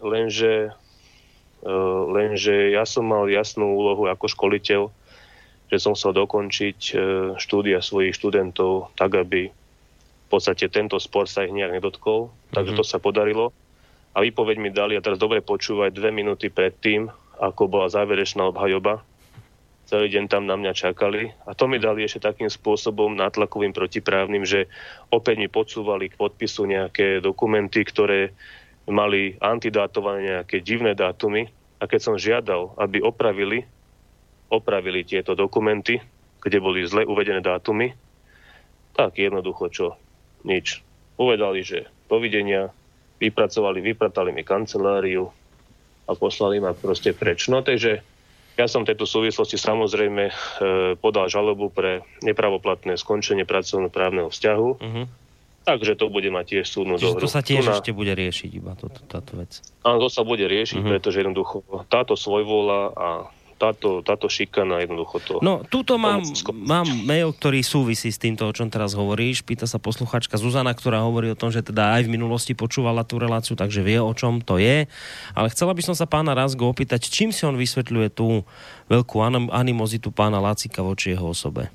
ja som mal jasnú úlohu ako školiteľ, že som chcel dokončiť štúdia svojich študentov tak, aby v podstate tento spor sa ich nejak nedotkol. Takže to sa podarilo. A výpoveď mi dali, a teraz dobre počúvať, 2 minúty pred tým, ako bola záverečná obhajoba. Celý deň tam na mňa čakali. A to mi dali ešte takým spôsobom nátlakovým protiprávnym, že opäť mi podsúvali k podpisu nejaké dokumenty, ktoré mali antidátované nejaké divné dátumy. A keď som žiadal, aby opravili tieto dokumenty, kde boli zle uvedené dátumy, tak jednoducho čo? Nič. Povedali, že dovidenia, vypratali mi kanceláriu a poslali ma proste preč. No takže ja som v tejto súvislosti samozrejme podal žalobu pre nepravoplatné skončenie pracovnoprávneho vzťahu. Takže to bude mať tiež súdnu dohru. To sa tiež ešte bude riešiť iba táto vec. Áno, to sa bude riešiť, pretože jednoducho táto svojvola a táto šikana jednoducho to... No, túto mám mail, ktorý súvisí s týmto, o čom teraz hovoríš. Pýta sa posluchačka Zuzana, ktorá hovorí o tom, že teda aj v minulosti počúvala tú reláciu, takže vie, o čom to je. Ale chcela by som sa pána Razgo opýtať, čím si on vysvetľuje tú veľkú animozitu pána Lacíka voči jeho osobe?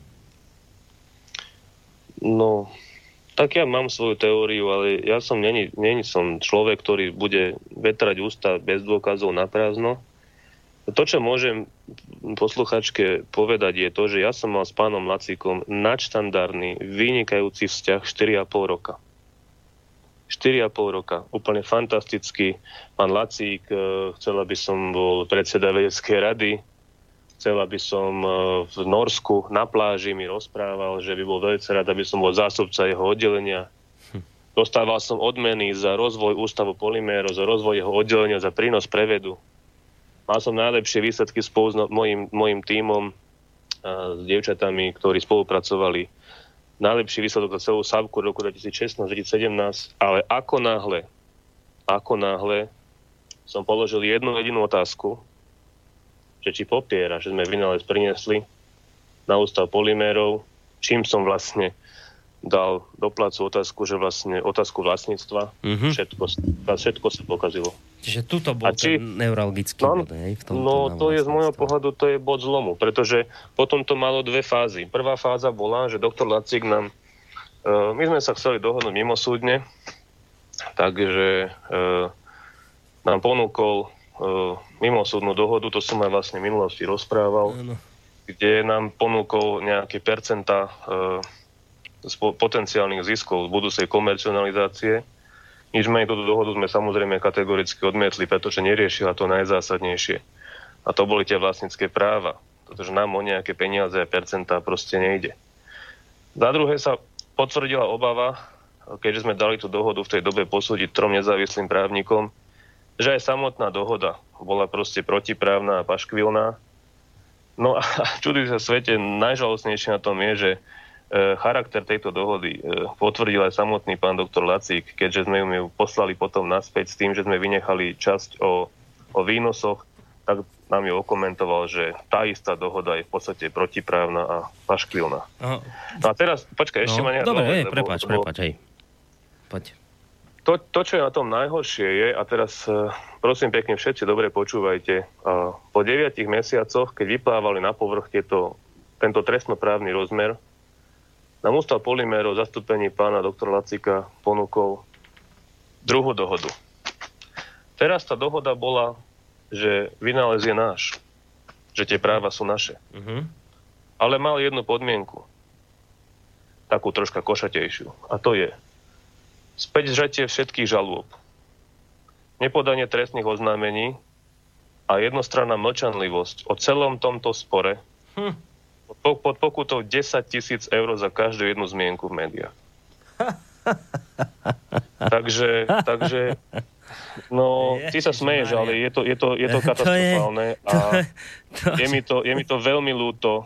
No, tak ja mám svoju teóriu, ale ja som není som človek, ktorý bude vetrať ústa bez dôkazov na prázdno. To, čo môžem posluchačke povedať, je to, že ja som mal s pánom Lacíkom nadštandardný, vynikajúci vzťah 4,5 roka. 4,5 roka. Úplne fantastický. Pán Lacík, chcel, aby som bol predseda vedeckej rady, chcel, aby som v Norsku na pláži mi rozprával, že by bol veľmi rád, aby som bol zástupca jeho oddelenia. Dostával som odmeny za rozvoj ústavu polymérov, za rozvoj jeho oddelenia, za prínos pre vedu. Mal som najlepšie výsledky spolu s mojim tímom, s dievčatami, ktorí spolupracovali. Najlepší výsledok za celú Savku roku 2016-2017, ale ako náhle som položil jednu jedinú otázku, že či popiera, že sme vynález priniesli na Ústav polymérov, čím som vlastne dal do placu otázku vlastníctva, všetko sa pokazilo. Čiže tuto bol ten neuralgický bod, hej? To je z môjho pohľadu, to je bod zlomu, pretože potom to malo dve fázy. Prvá fáza bola, že doktor Lacík nám, my sme sa chceli dohodnúť mimosúdne, takže nám ponúkol mimosúdnu dohodu, to som aj vlastne v minulosti rozprával, kde nám ponúkol nejaké percentá z potenciálnych ziskov z budúcej komercionalizácie. Nič menej túto dohodu sme samozrejme kategoricky odmietli, pretože neriešila to najzásadnejšie. A to boli tie vlastnícke práva, pretože nám o nejaké peniaze a percentá proste nejde. Za druhé sa potvrdila obava, keďže sme dali tú dohodu v tej dobe posúdiť 3 nezávislým právnikom, že aj samotná dohoda bola proste protiprávna a paškvilná. No a čuduj sa svete, najžalostnejšie na tom je, že charakter tejto dohody potvrdil aj samotný pán doktor Lacík, keďže sme ju poslali potom naspäť s tým, že sme vynechali časť o výnosoch, tak nám ju okomentoval, že tá istá dohoda je v podstate protiprávna a paškvilná. No a teraz, počkaj, ešte ma nejak... Dobre, prepáč, hej. Poď. To, čo je na tom najhoršie je, a teraz prosím pekne všetci dobre počúvajte, po 9 mesiacoch, keď vyplávali na povrch tento trestnoprávny rozmer, nám Ústav polymérov v zastúpení pána doktora Lacíka ponúkol druhú dohodu. Teraz tá dohoda bola, že vynález je náš, že tie práva sú naše. Ale mal jednu podmienku, takú troška košatejšiu, a to je späť zžatie všetkých žalôb, nepodanie trestných oznámení a jednostranná mlčanlivosť o celom tomto spore pod pokutou 10 000 eur za každú jednu zmienku v médiách. takže no, ty sa smeješ, ale je to katastrofálne a je mi to veľmi ľúto,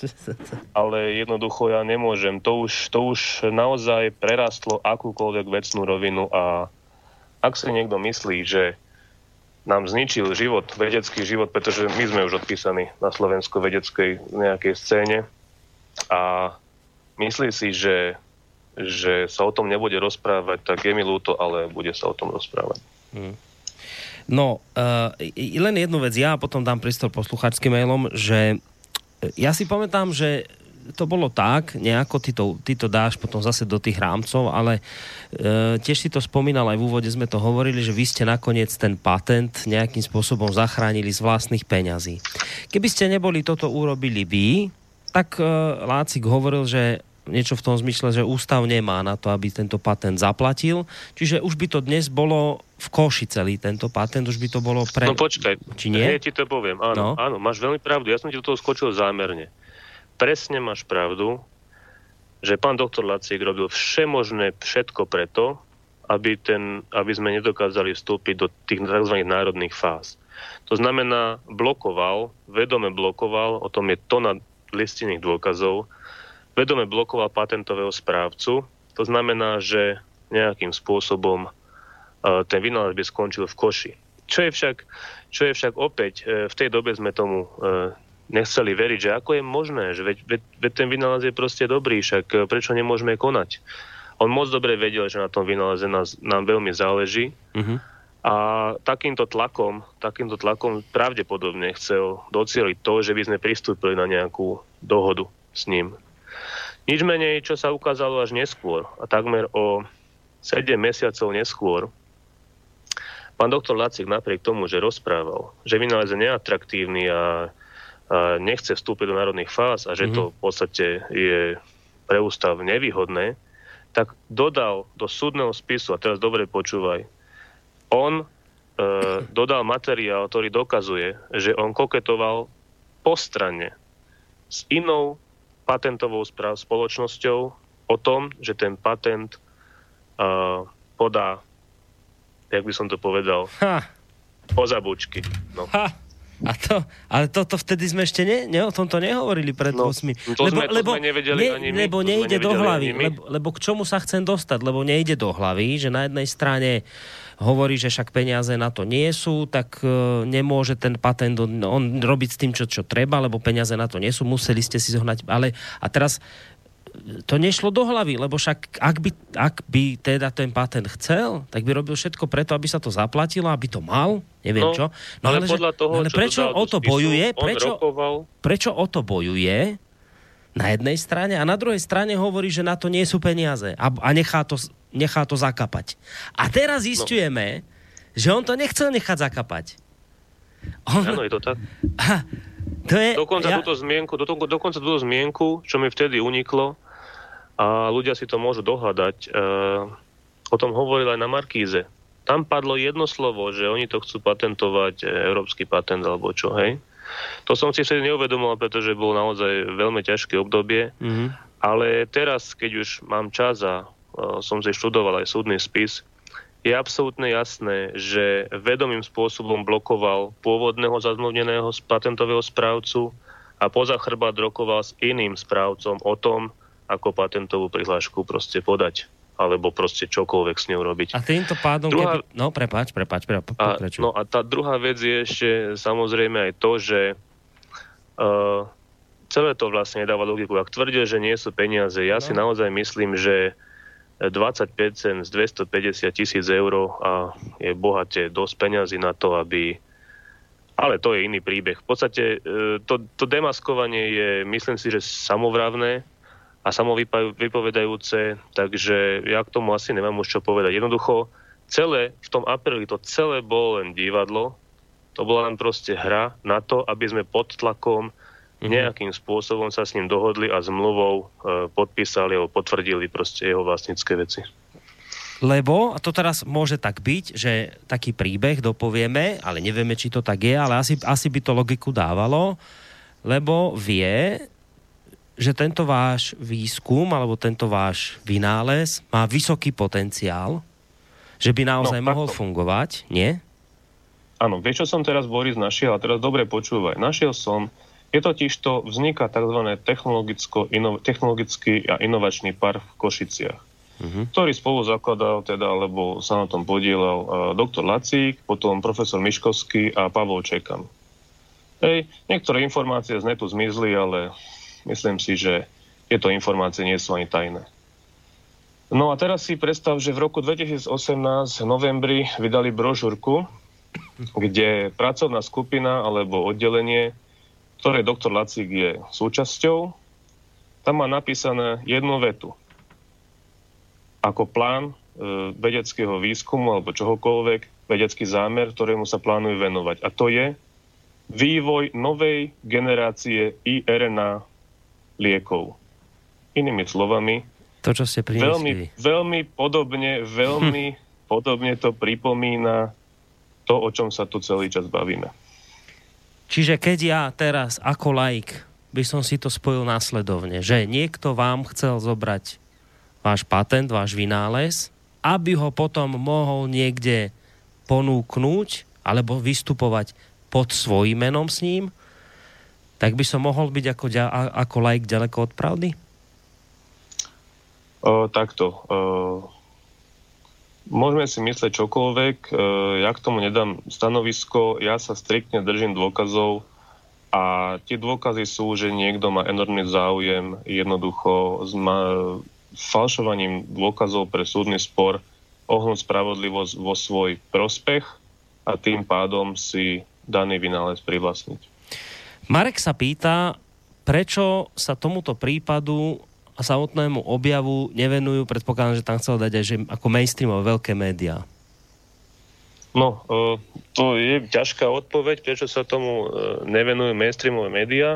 ale jednoducho ja nemôžem. To už naozaj prerastlo akúkoľvek vecnú rovinu a ak si niekto myslí, že nám zničil vedecký život, pretože my sme už odpísaní na slovensko-vedeckej nejakej scéne a myslí si, že sa o tom nebude rozprávať, tak je mi ľúto, ale bude sa o tom rozprávať. No, len jednu vec, ja potom dám priestor poslucháčským mailom, že ja si pamätám, že to bolo tak, nejako ty to dáš potom zase do tých rámcov, ale tiež si to spomínal, aj v úvode sme to hovorili, že vy ste nakoniec ten patent nejakým spôsobom zachránili z vlastných peňazí. Keby ste neboli toto urobili vy, tak Lácik hovoril, že niečo v tom zmysle, že ústav nemá na to, aby tento patent zaplatil, čiže už by to dnes bolo v koši celý tento patent, už by to bolo pre... No počkaj, či nie? Ja ti to poviem, áno, áno, máš veľmi pravdu, ja som ti do toho skočil zámerne. Presne máš pravdu, že pán doktor Lacík robil všemožné všetko preto, aby sme nedokázali vstúpiť do tých tzv. Národných fáz. To znamená, vedome blokoval, o tom je tona listinných dôkazov, vedome blokoval patentového správcu. To znamená, že nejakým spôsobom ten vynález by skončil v koši. Čo je však opäť, v tej dobe sme tomu nechceli veriť, že ako je možné, že veď ten vynález je proste dobrý, však prečo nemôžeme konať? On moc dobre vedel, že na tom vynáleze nám veľmi záleží a takýmto tlakom pravdepodobne chcel docieliť to, že by sme pristúpili na nejakú dohodu s ním. Nič menej, čo sa ukázalo až neskôr, a takmer o 7 mesiacov neskôr, pán doktor Lacík napriek tomu, že rozprával, že vynález je neatraktívny a nechce vstúpiť do národných fáz a že to v podstate je pre ústav nevýhodné, tak dodal do súdneho spisu, a teraz dobre počúvaj, on dodal materiál, ktorý dokazuje, že on koketoval postranne s inou patentovou spoločnosťou o tom, že ten patent podá, jak by som to povedal, po zabučky. No. Ale toto vtedy sme ešte o tomto nehovorili pred 8. Lebo sme nevedeli ani my. Lebo nejde do hlavy. Lebo k čomu sa chcem dostať? Lebo nejde do hlavy, že na jednej strane hovorí, že však peniaze na to nie sú, tak nemôže ten patent on robiť s tým, čo treba, lebo peniaze na to nie sú. Museli ste si zohnať. A teraz to nešlo do hlavy, lebo však ak by teda ten patent chcel, tak by robil všetko preto, aby sa to zaplatilo, aby to mal, neviem čo. No ale podľa toho, ale prečo o to bojuje? Prečo o to bojuje na jednej strane a na druhej strane hovorí, že na to nie sú peniaze a nechá to zakapať. A teraz zisťujeme, že on to nechcel nechať zakapať. Áno, je to tak. Dokonca túto zmienku, čo mi vtedy uniklo, a ľudia si to môžu dohľadať, o tom hovoril aj na Markíze. Tam padlo jedno slovo, že oni to chcú patentovať, európsky patent alebo čo, hej. To som si vtedy neuvedomoval, pretože bolo naozaj veľmi ťažké obdobie, ale teraz, keď už mám čas a som si študoval aj súdny spis, je absolútne jasné, že vedomým spôsobom blokoval pôvodného zazmluvneného patentového správcu a poza chrbát rokoval s iným správcom o tom, ako patentovú prihlášku proste podať. Alebo proste čokoľvek s ňou robiť. A týmto pádom... Prepáč, pokračuj. No a tá druhá vec je ešte samozrejme aj to, že celé to vlastne nedáva logiku. Ak tvrdil, že nie sú peniaze, ja si naozaj myslím, že 25 cent z 250 000 eur a je bohate dosť peňazí na to, aby... Ale to je iný príbeh. V podstate to demaskovanie je, myslím si, že samovravné a samovypovedajúce, takže ja k tomu asi nemám už čo povedať. Jednoducho, v tom apríli to celé bolo len divadlo, to bola len proste hra na to, aby sme pod tlakom nejakým spôsobom sa s ním dohodli a zmluvou podpísali alebo potvrdili proste jeho vlastnícke veci. Lebo, a to teraz môže tak byť, že taký príbeh dopovieme, ale nevieme, či to tak je, ale asi by to logiku dávalo, lebo vie, že tento váš výskum alebo tento váš vynález má vysoký potenciál, že by naozaj mohol fungovať, nie? Áno, vieš, čo som teraz, Boris, našiel? A teraz dobre počúvaj. Našiel som, je totižto, vzniká tzv. Technologický a inovačný park v Košiciach, ktorý spolu zakladal, alebo sa na tom podielal doktor Lacík, potom profesor Miškovský a Pavol Čekan. Niektoré informácie z netu zmizli, ale myslím si, že tieto informácie nie sú ani tajné. No a teraz si predstav, že v roku 2018 v novembri vydali brožúrku, kde pracovná skupina alebo oddelenie, ktoré doktor Lacík je súčasťou, tam má napísané jednu vetu. Ako plán vedeckého výskumu alebo čohokoľvek, vedecký zámer, ktorému sa plánujú venovať. A to je vývoj novej generácie iRNA liekov. Inými slovami, to, čo ste priniesli. Veľmi podobne to pripomína to, o čom sa tu celý čas bavíme. Čiže keď ja teraz ako laik by som si to spojil následovne, že niekto vám chcel zobrať váš patent, váš vynález, aby ho potom mohol niekde ponúknuť alebo vystupovať pod svojím menom s ním, tak by som mohol byť ako laik ďaleko od pravdy? Takto. Môžeme si myslieť čokoľvek, ja k tomu nedám stanovisko, ja sa striktne držím dôkazov a tie dôkazy sú, že niekto má enormný záujem jednoducho falšovaním dôkazov pre súdny spor ohnúť spravodlivosť vo svoj prospech a tým pádom si daný vynález privlastniť. Marek sa pýta, prečo sa tomuto prípadu a samotnému objavu nevenujú, predpokladám, že tam chcel dať aj, že ako mainstreamové veľké médiá. No, to je ťažká odpoveď, prečo sa tomu nevenujú mainstreamové médiá.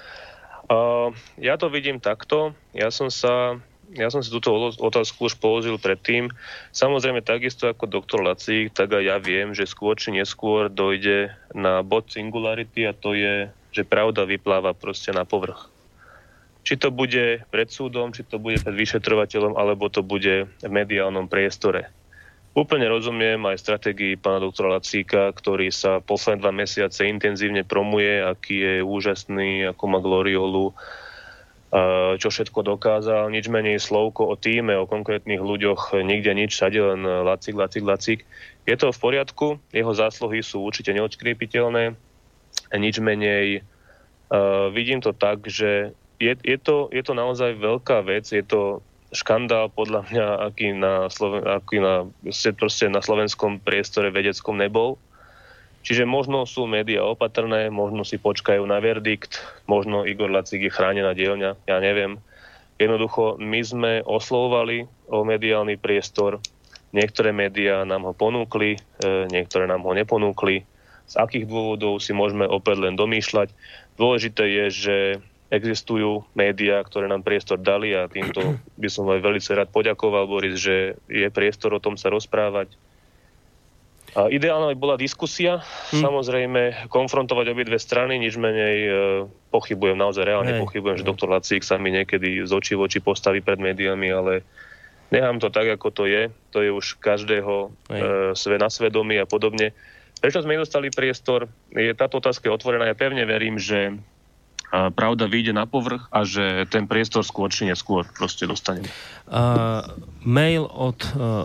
Ja to vidím takto. Ja som si túto otázku už položil predtým. Samozrejme, takisto ako doktor Lacík, tak aj ja viem, že skôr či neskôr dojde na bod singularity a to je, že pravda vypláva proste na povrch. Či to bude pred súdom, či to bude pred vyšetrovateľom, alebo to bude v mediálnom priestore. Úplne rozumiem aj stratégii pána doktora Lacíka, ktorý sa posledné 2 mesiace intenzívne promuje, aký je úžasný, ako má gloriolu, čo všetko dokázal. Nič menej slovko o týme, o konkrétnych ľuďoch, nikde nič, všade len Lacík. Je to v poriadku, jeho zásluhy sú určite neodškriepiteľné. Nič menej vidím to tak, že je to naozaj veľká vec, je to škandál podľa mňa, aký na slovenskom priestore vedeckom nebol. Čiže možno sú médiá opatrné, možno si počkajú na verdikt, možno Igor Lacík je chránená dielňa, ja neviem. Jednoducho, my sme oslovovali o mediálny priestor, niektoré médiá nám ho ponúkli, niektoré nám ho neponúkli. Z akých dôvodov si môžeme opäť len domýšľať. Dôležité je, že existujú médiá, ktoré nám priestor dali a týmto by som aj veľmi rád poďakoval, Boris, že je priestor o tom sa rozprávať. A ideálna by bola diskusia, samozrejme konfrontovať obidve strany, nič menej pochybujem, naozaj reálne pochybujem, že doktor Lacík sa mi niekedy z očí v oči postaví pred médiami, ale nechám to tak, ako to je už každého na svedomí a podobne. Prečo sme nedostali priestor? Táto otázka je otvorená, ja pevne verím, že pravda vyjde na povrch a že ten priestor skôr či neskôr proste dostaneme. Mail od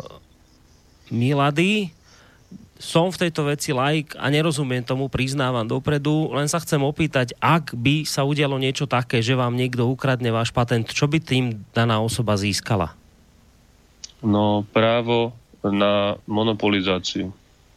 Milady. Som v tejto veci laik a nerozumiem tomu, priznávam dopredu, len sa chcem opýtať, ak by sa udialo niečo také, že vám niekto ukradne váš patent, čo by tým daná osoba získala? No, právo na monopolizáciu.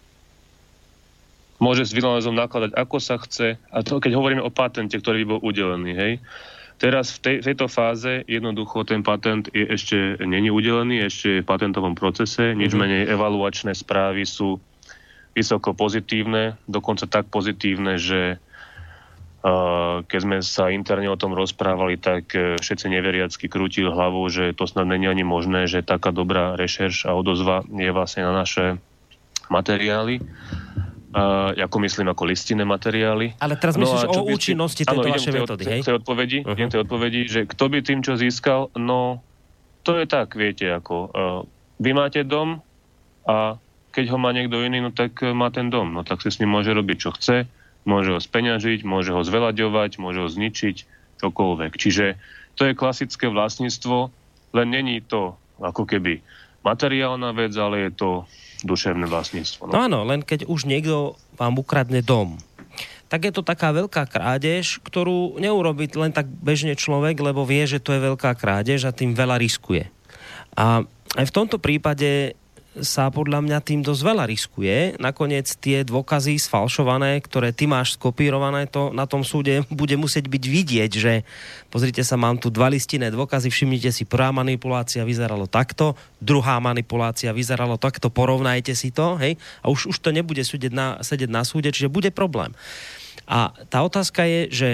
Môže s vynálezom nakladať, ako sa chce. A to, keď hovoríme o patente, ktorý by bol udelený, hej. Teraz v tejto fáze jednoducho ten patent ešte není udelený, ešte je v patentovom procese. Nič menej evaluačné správy sú vysoko pozitívne, dokonca tak pozitívne, že keď sme sa interne o tom rozprávali, tak všetci neveriacky krútili hlavou, že to snad není ani možné, že taká dobrá rešerš a odozva je vlastne na naše materiály. Ako myslím, ako listinné materiály. Ale teraz myslíš o účinnosti tejto vašej metódy, hej? Idem tej odpovedi, že kto by tým, čo získal, no to je tak, viete, ako vy máte dom a keď ho má niekto iný, no tak má ten dom, no tak si s ním môže robiť, čo chce, môže ho speňažiť, môže ho zvelaďovať, môže ho zničiť, čokoľvek. Čiže to je klasické vlastníctvo, len není to ako keby materiálna vec, ale je to duševné vlastníctvo. No áno, len keď už niekto vám ukradne dom, tak je to taká veľká krádež, ktorú neurobí len tak bežne človek, lebo vie, že to je veľká krádež a tým veľa riskuje. A aj v tomto prípade sa podľa mňa tým dosť veľa riskuje. Nakoniec tie dôkazy sfalšované, ktoré ty máš skopírované, to na tom súde bude musieť byť vidieť, že pozrite sa, mám tu 2 listinné dôkazy, všimnite si, prvá manipulácia vyzeralo takto, druhá manipulácia vyzeralo takto, porovnajte si to, hej, a už to nebude sedieť na súde, čiže bude problém. A tá otázka je, že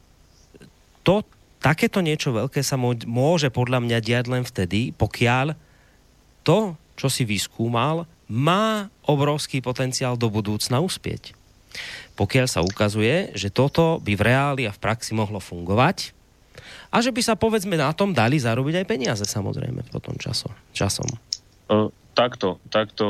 takéto niečo veľké sa môže podľa mňa diať len vtedy, pokiaľ to, čo si vyskúmal, má obrovský potenciál do budúcna uspieť. Pokiaľ sa ukazuje, že toto by v reáli a v praxi mohlo fungovať a že by sa, povedzme, na tom dali zarobiť aj peniaze, samozrejme, potom časom. Takto.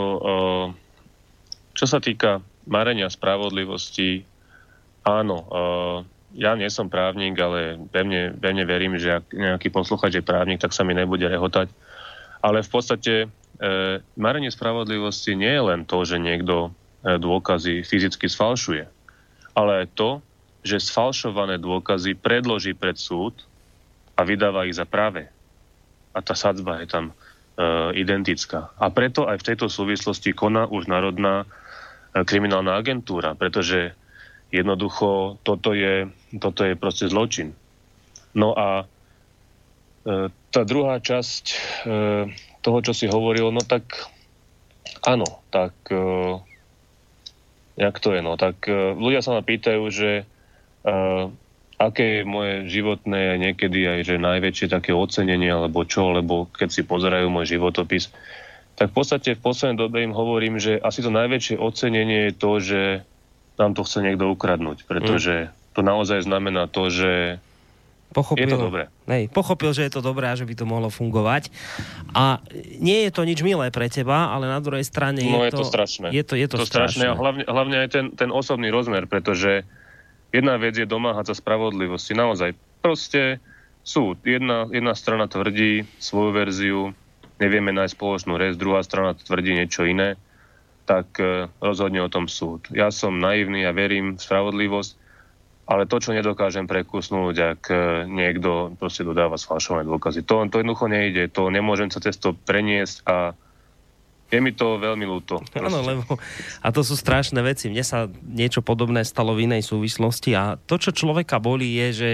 Čo sa týka marenia spravodlivosti, áno, ja nie som právnik, ale pevne verím, že ak nejaký posluchač je právnik, tak sa mi nebude rehotať. Ale v podstate marenie spravodlivosti nie je len to, že niekto dôkazy fyzicky sfalšuje, ale aj to, že sfalšované dôkazy predloží pred súd a vydáva ich za pravé. A tá sadzba je tam identická. A preto aj v tejto súvislosti koná už Národná kriminálna agentúra, pretože jednoducho toto je proste zločin. No a tá druhá časť toho, čo si hovoril, no tak áno, tak jak to je, no tak ľudia sa ma pýtajú, že aké je moje životné niekedy aj, že najväčšie také ocenenie, alebo čo, lebo keď si pozerajú môj životopis, tak v podstate v poslednej dobe im hovorím, že asi to najväčšie ocenenie je to, že nám to chce niekto ukradnúť, pretože to naozaj znamená to, že Pochopil, je to dobré. Pochopil, že je to dobré a že by to mohlo fungovať. A nie je to nič milé pre teba, ale na druhej strane je to strašné. Je to strašné. A hlavne aj ten osobný rozmer, pretože jedna vec je domáhať sa spravodlivosti. Naozaj, proste súd. Jedna strana tvrdí svoju verziu, nevieme nájsť spoločnú reč, druhá strana tvrdí niečo iné, tak rozhodne o tom súd. Ja som naivný a verím v spravodlivosť, ale to, čo nedokážem prekusnúť, ak niekto proste dodáva sfalšované dôkazy, to jednoducho nejde, to nemôžem sa cez to preniesť a je mi to veľmi ľúto. Áno, lebo a to sú strašné veci. Mne sa niečo podobné stalo v inej súvislosti a to, čo človeka bolí, je, že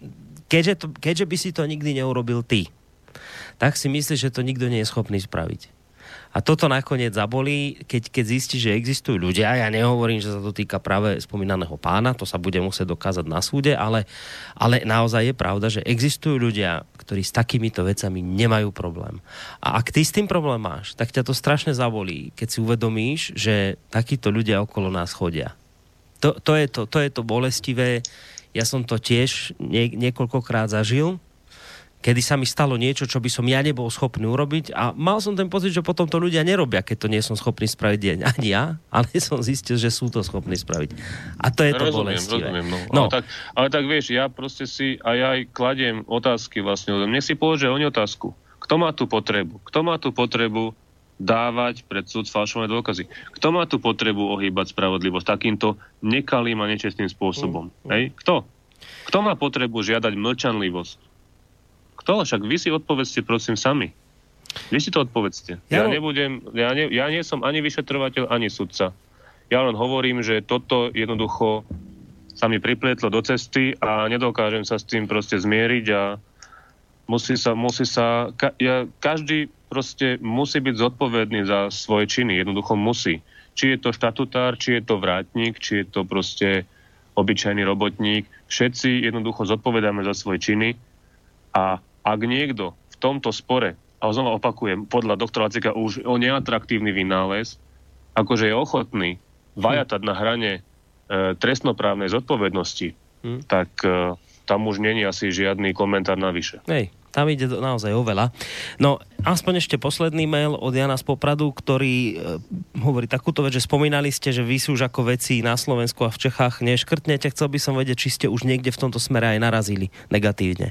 keďže by si to nikdy neurobil ty, tak si myslíš, že to nikto nie je schopný spraviť. A toto nakoniec zabolí, keď zistíš, že existujú ľudia. Ja nehovorím, že sa to týka práve spomínaného pána, to sa bude musieť dokázať na súde, ale naozaj je pravda, že existujú ľudia, ktorí s takýmito vecami nemajú problém. A ak ty s tým problém máš, tak ťa to strašne zabolí, keď si uvedomíš, že takíto ľudia okolo nás chodia. To je to bolestivé. Ja som to tiež niekoľkokrát zažil, kedy sa mi stalo niečo, čo by som ja nebol schopný urobiť a mal som ten pocit, že potom to ľudia nerobia, keď to nie som schopný spraviť ani ja, ale som zistil, že sú to schopní spraviť. A to je to bolestivé. Rozumiem. No. Ale tak vieš, ja proste si aj kladiem otázky vlastne. Mne si položia oni otázku. Kto má tú potrebu? Kto má tú potrebu dávať pred súd falšované dôkazy? Kto má tú potrebu ohýbať spravodlivosť takýmto nekalým a nečestným spôsobom? Hej? Kto? Kto má potrebu žiadať mlčanlivosť? Kto? Však vy si odpovedzte, prosím, sami. Vy si to odpovedzte. Ja nie som ani vyšetrovateľ, ani sudca. Ja len hovorím, že toto jednoducho sa mi priplietlo do cesty a nedokážem sa s tým proste zmieriť a každý proste musí byť zodpovedný za svoje činy. Jednoducho musí. Či je to štatutár, či je to vrátnik, či je to proste obyčajný robotník. Všetci jednoducho zodpovedáme za svoje činy a ak niekto v tomto spore, a znova opakujem, podľa doktora Lacika už o neatraktívny vynález, akože je ochotný vajatať na hrane trestnoprávnej zodpovednosti, tak tam už nie je asi žiadny komentár navyše. Tam ide naozaj o veľa. No, aspoň ešte posledný mail od Jana z Popradu, ktorý hovorí takúto vec, že spomínali ste, že vy sú už ako veci na Slovensku a v Čechách neškrtnete. Chcel by som vedieť, či ste už niekde v tomto smere aj narazili negatívne.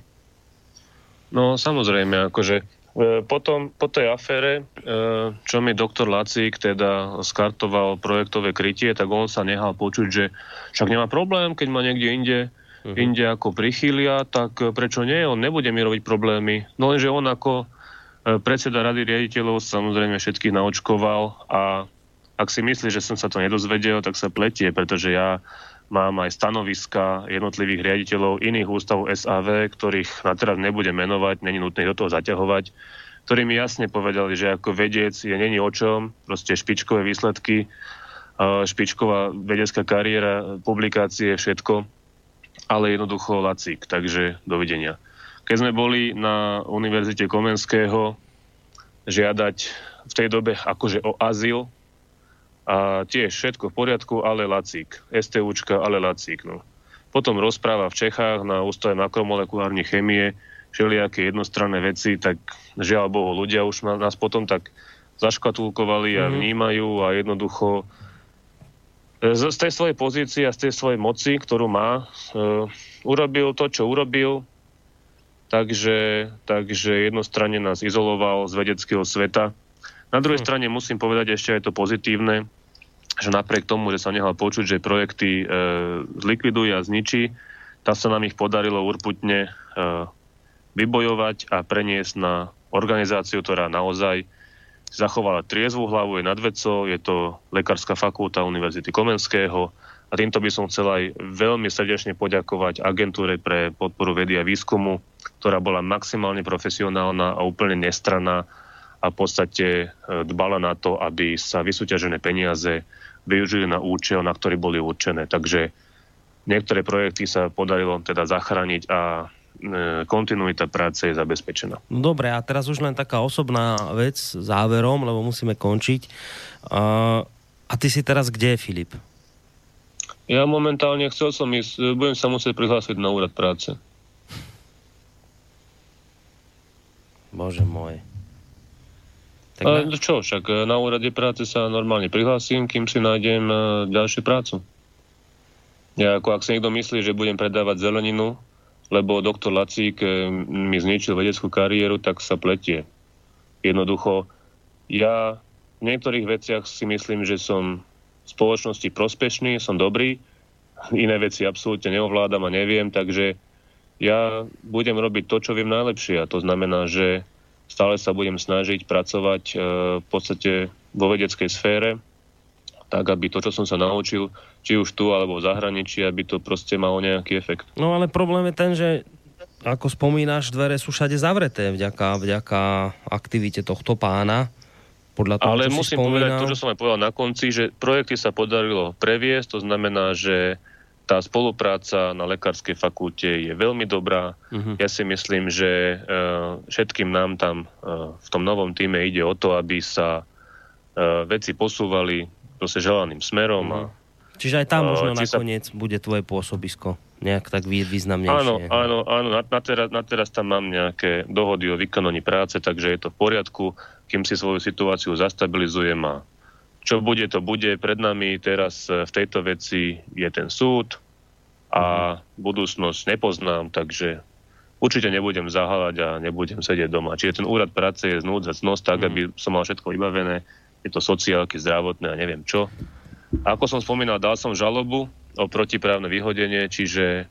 No samozrejme, akože po tej afére, čo mi doktor Lacík teda skartoval projektové krytie, tak on sa nehal počuť, že však nemá problém, keď ma niekde inde ako prichýlia, tak prečo nie? On nebude mi robiť problémy. No lenže on ako predseda rady riaditeľov samozrejme všetkých naočkoval a ak si myslí, že som sa to nedozvedel, tak sa pletie, pretože ja mám aj stanoviska jednotlivých riaditeľov iných ústavov SAV, ktorých na teraz nebudem menovať, není nutné do toho zaťahovať, ktorí mi jasne povedali, že ako vedec není o čom, proste špičkové výsledky, špičková vedecká kariéra, publikácie, všetko, ale jednoducho Lacík, takže dovidenia. Keď sme boli na Univerzite Komenského žiadať v tej dobe akože o azyl, a tiež všetko v poriadku, ale Lacík. STUčka, ale Lacík. No. Potom rozpráva v Čechách na Ústave makromolekulárnej chémie všelijaké jednostranné veci, tak žiaľ Bohu, ľudia už nás potom tak zaškatulkovali a vnímajú a jednoducho z tej svojej pozície a z tej svojej moci, ktorú má, urobil to, čo urobil, takže jednostranne nás izoloval z vedeckého sveta. Na druhej strane musím povedať ešte aj to pozitívne, že napriek tomu, že sa nehal počuť, že projekty zlikviduje a zničí, tak sa nám ich podarilo urputne vybojovať a preniesť na organizáciu, ktorá naozaj zachovala triezvú hlavu, je nad vecou, je to Lekárska fakulta Univerzity Komenského a týmto by som chcel aj veľmi srdečne poďakovať agentúre pre podporu vedy a výskumu, ktorá bola maximálne profesionálna a úplne nestranná a v podstate dbala na to, aby sa vysúťažené peniaze využili na účel, na ktorý boli určené. Takže niektoré projekty sa podarilo teda zachrániť a kontinuita práce je zabezpečená. No dobre, a teraz už len taká osobná vec záverom, lebo musíme končiť. A ty si teraz kde, Filip? Ja momentálne chcel som ísť, budem sa musieť prihlásiť na úrad práce. Bože môj. Tak čo, však na úrade práce sa normálne prihlásim, kým si nájdem ďalšiu prácu. Ja ak si niekto myslí, že budem predávať zeleninu, lebo doktor Lacík mi zničil vedeckú kariéru, tak sa pletie. Jednoducho, ja v niektorých veciach si myslím, že som v spoločnosti prospešný, som dobrý, iné veci absolútne neovládam a neviem, takže ja budem robiť to, čo viem najlepšie, a to znamená, že stále sa budem snažiť pracovať v podstate vo vedeckej sfére, tak aby to, čo som sa naučil, či už tu alebo v zahraničí, aby to proste malo nejaký efekt. No ale problém je ten, že ako spomínaš, dvere sú všade zavreté vďaka aktivite tohto pána. Podľa toho, ale musím povedať to, čo som aj povedal na konci, že projekty sa podarilo previesť, to znamená, že tá spolupráca na lekárskej fakulte je veľmi dobrá. Ja si myslím, že všetkým nám tam v tom novom týme ide o to, aby sa veci posúvali proste želaným smerom. Čiže aj tam možno nakoniec bude tvoje pôsobisko nejak tak významnejšie. Áno. Na teraz tam mám nejaké dohody o vykonaní práce, takže je to v poriadku, kým si svoju situáciu zastabilizujem, a čo bude, to bude. Pred nami teraz v tejto veci je ten súd a budúcnosť nepoznám, takže určite nebudem zaháľať a nebudem sedieť doma. Čiže ten úrad práce je znúdzať tak, aby som mal všetko vybavené. Je to sociálky, zdravotné a neviem čo. A ako som spomínal, dal som žalobu o protiprávne vyhodenie, čiže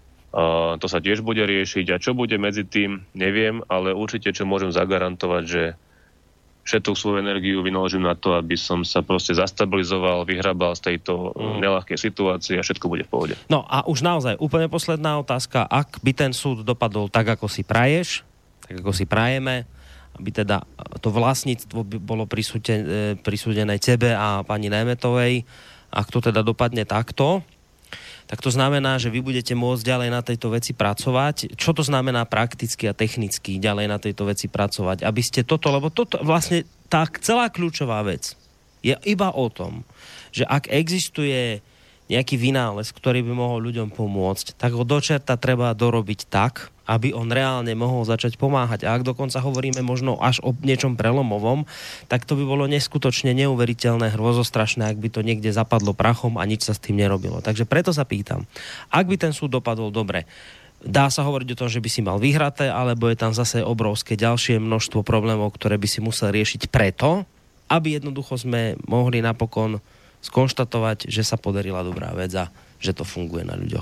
to sa tiež bude riešiť. A čo bude medzi tým, neviem, ale určite čo môžem zagarantovať, že všetku svoju energiu vynaložím na to, aby som sa proste zastabilizoval, vyhrabal z tejto neľahkej situácie a všetko bude v pohode. No a už naozaj úplne posledná otázka. Ak by ten súd dopadol tak, ako si praješ, tak ako si prajeme, aby teda to vlastníctvo bolo prisúdené tebe a pani Németovej, ak to teda dopadne takto, tak to znamená, že vy budete môcť ďalej na tejto veci pracovať. Čo to znamená prakticky a technicky ďalej na tejto veci pracovať? Aby ste toto, lebo toto vlastne tá celá kľúčová vec je iba o tom, že ak existuje nejaký vynález, ktorý by mohol ľuďom pomôcť, tak ho do čerta treba dorobiť tak, aby on reálne mohol začať pomáhať. A ak dokonca hovoríme možno až o niečom prelomovom, tak to by bolo neskutočne neuveriteľné, hrozostrašné, ak by to niekde zapadlo prachom a nič sa s tým nerobilo. Takže preto sa pýtam, ak by ten súd dopadol dobre, dá sa hovoriť o tom, že by si mal vyhraté, alebo je tam zase obrovské ďalšie množstvo problémov, ktoré by si musel riešiť preto, aby jednoducho sme mohli napokon skonštatovať, že sa podarila dobrá vec a že to funguje na ľuďoch.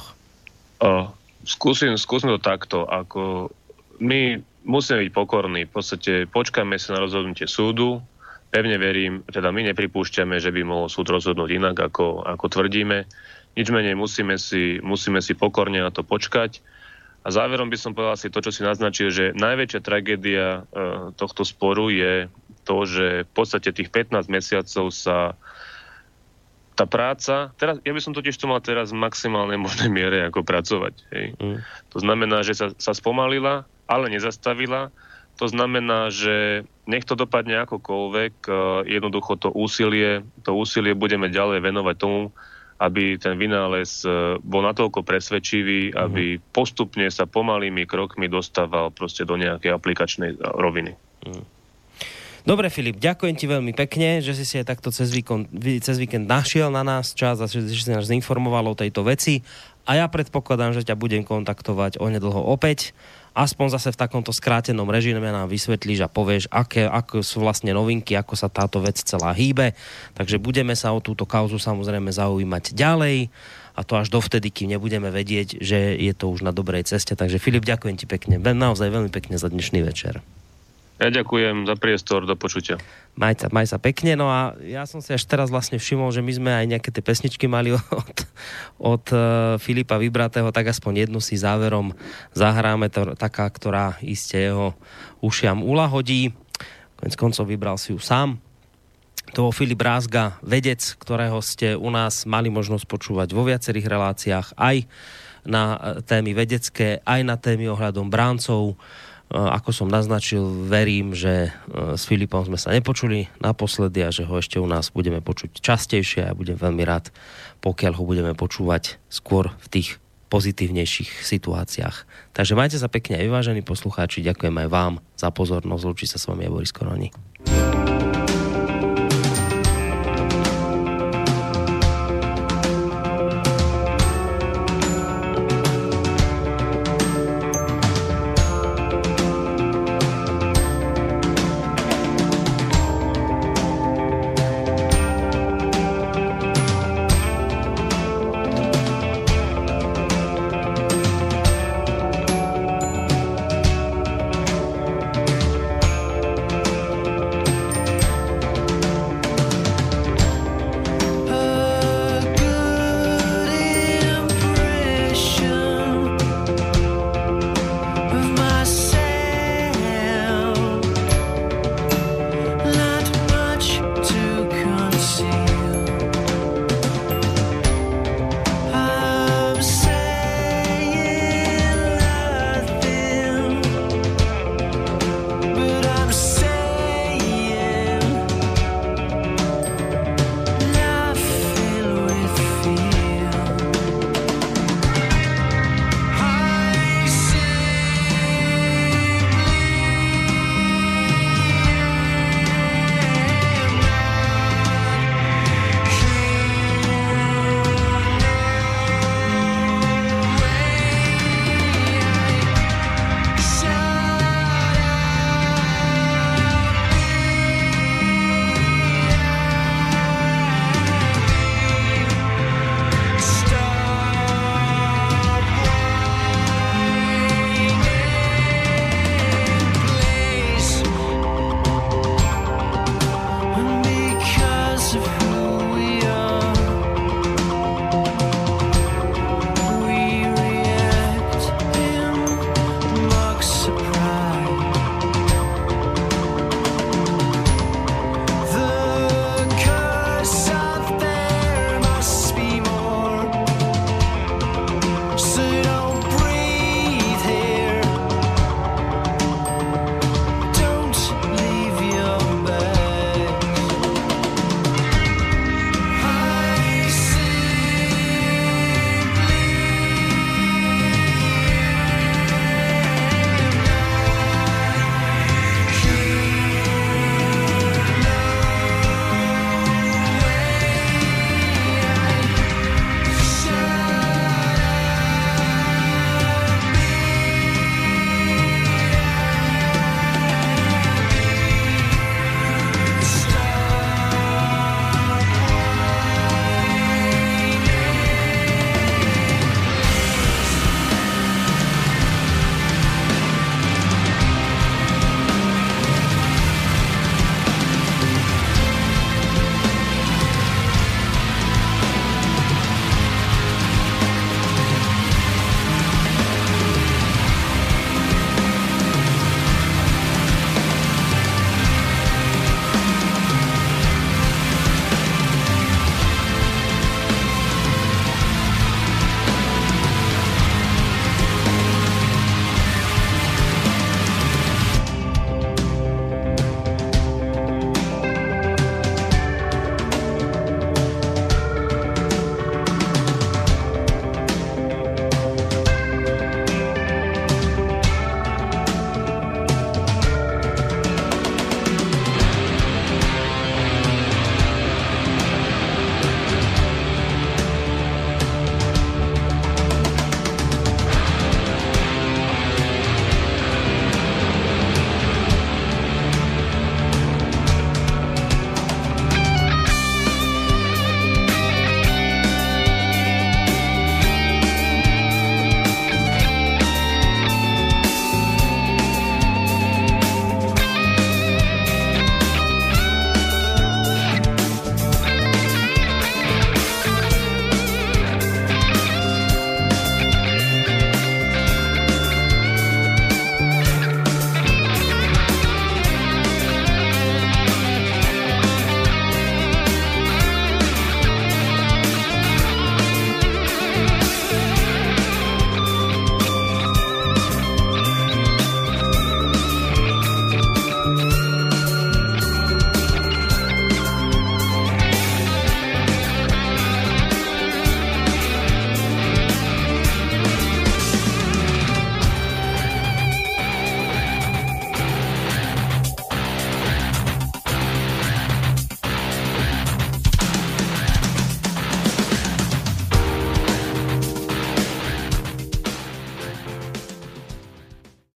Skúsim to takto, ako my musíme byť pokorní, v podstate počkáme sa na rozhodnutie súdu, pevne verím, teda my nepripúšťame, že by mohol súd rozhodnúť inak, ako tvrdíme, nič menej musíme si pokorne na to počkať. A záverom by som povedal si to, čo si naznačil, že najväčšia tragédia tohto sporu je to, že v podstate tých 15 mesiacov sa tá práca, teraz, ja by som totiž to mal teraz v maximálnej možnej miere ako pracovať. Hej. To znamená, že sa spomalila, ale nezastavila. To znamená, že nech to dopadne akokoľvek, jednoducho to úsilie budeme ďalej venovať tomu, aby ten vynález bol natoľko presvedčivý, aby postupne sa pomalými krokmi dostával proste do nejakej aplikačnej roviny. Dobre, Filip, ďakujem ti veľmi pekne, že si aj takto cez víkend našiel na nás čas a že si nás zinformoval o tejto veci. A ja predpokladám, že ťa budem kontaktovať onedlho opäť. Aspoň zase v takomto skrátenom režime nám vysvetlíš a povieš, aké sú vlastne novinky, ako sa táto vec celá hýbe. Takže budeme sa o túto kauzu samozrejme zaujímať ďalej. A to až dovtedy, kým nebudeme vedieť, že je to už na dobrej ceste. Takže Filip, ďakujem ti pekne. Naozaj veľmi pekne za dnešný večer. Ja ďakujem za priestor, do počutia. Maj sa pekne, no a ja som si až teraz vlastne všimol, že my sme aj nejaké tie pesničky mali od Filipa vybratého, tak aspoň jednu si záverom zahráme, taká, ktorá iste jeho ušiam ulahodí. Koniec koncov vybral si ju sám. To bol Filip Rázga, vedec, ktorého ste u nás mali možnosť počúvať vo viacerých reláciách, aj na témy vedecké, aj na témy ohľadom bráncov. Ako som naznačil, verím, že s Filipom sme sa nepočuli naposledy a že ho ešte u nás budeme počuť častejšie a budem veľmi rád, pokiaľ ho budeme počúvať skôr v tých pozitívnejších situáciách. Takže majte sa pekne aj vyvážení poslucháči, ďakujem aj vám za pozornosť, lúči sa s vami Boris Koroni.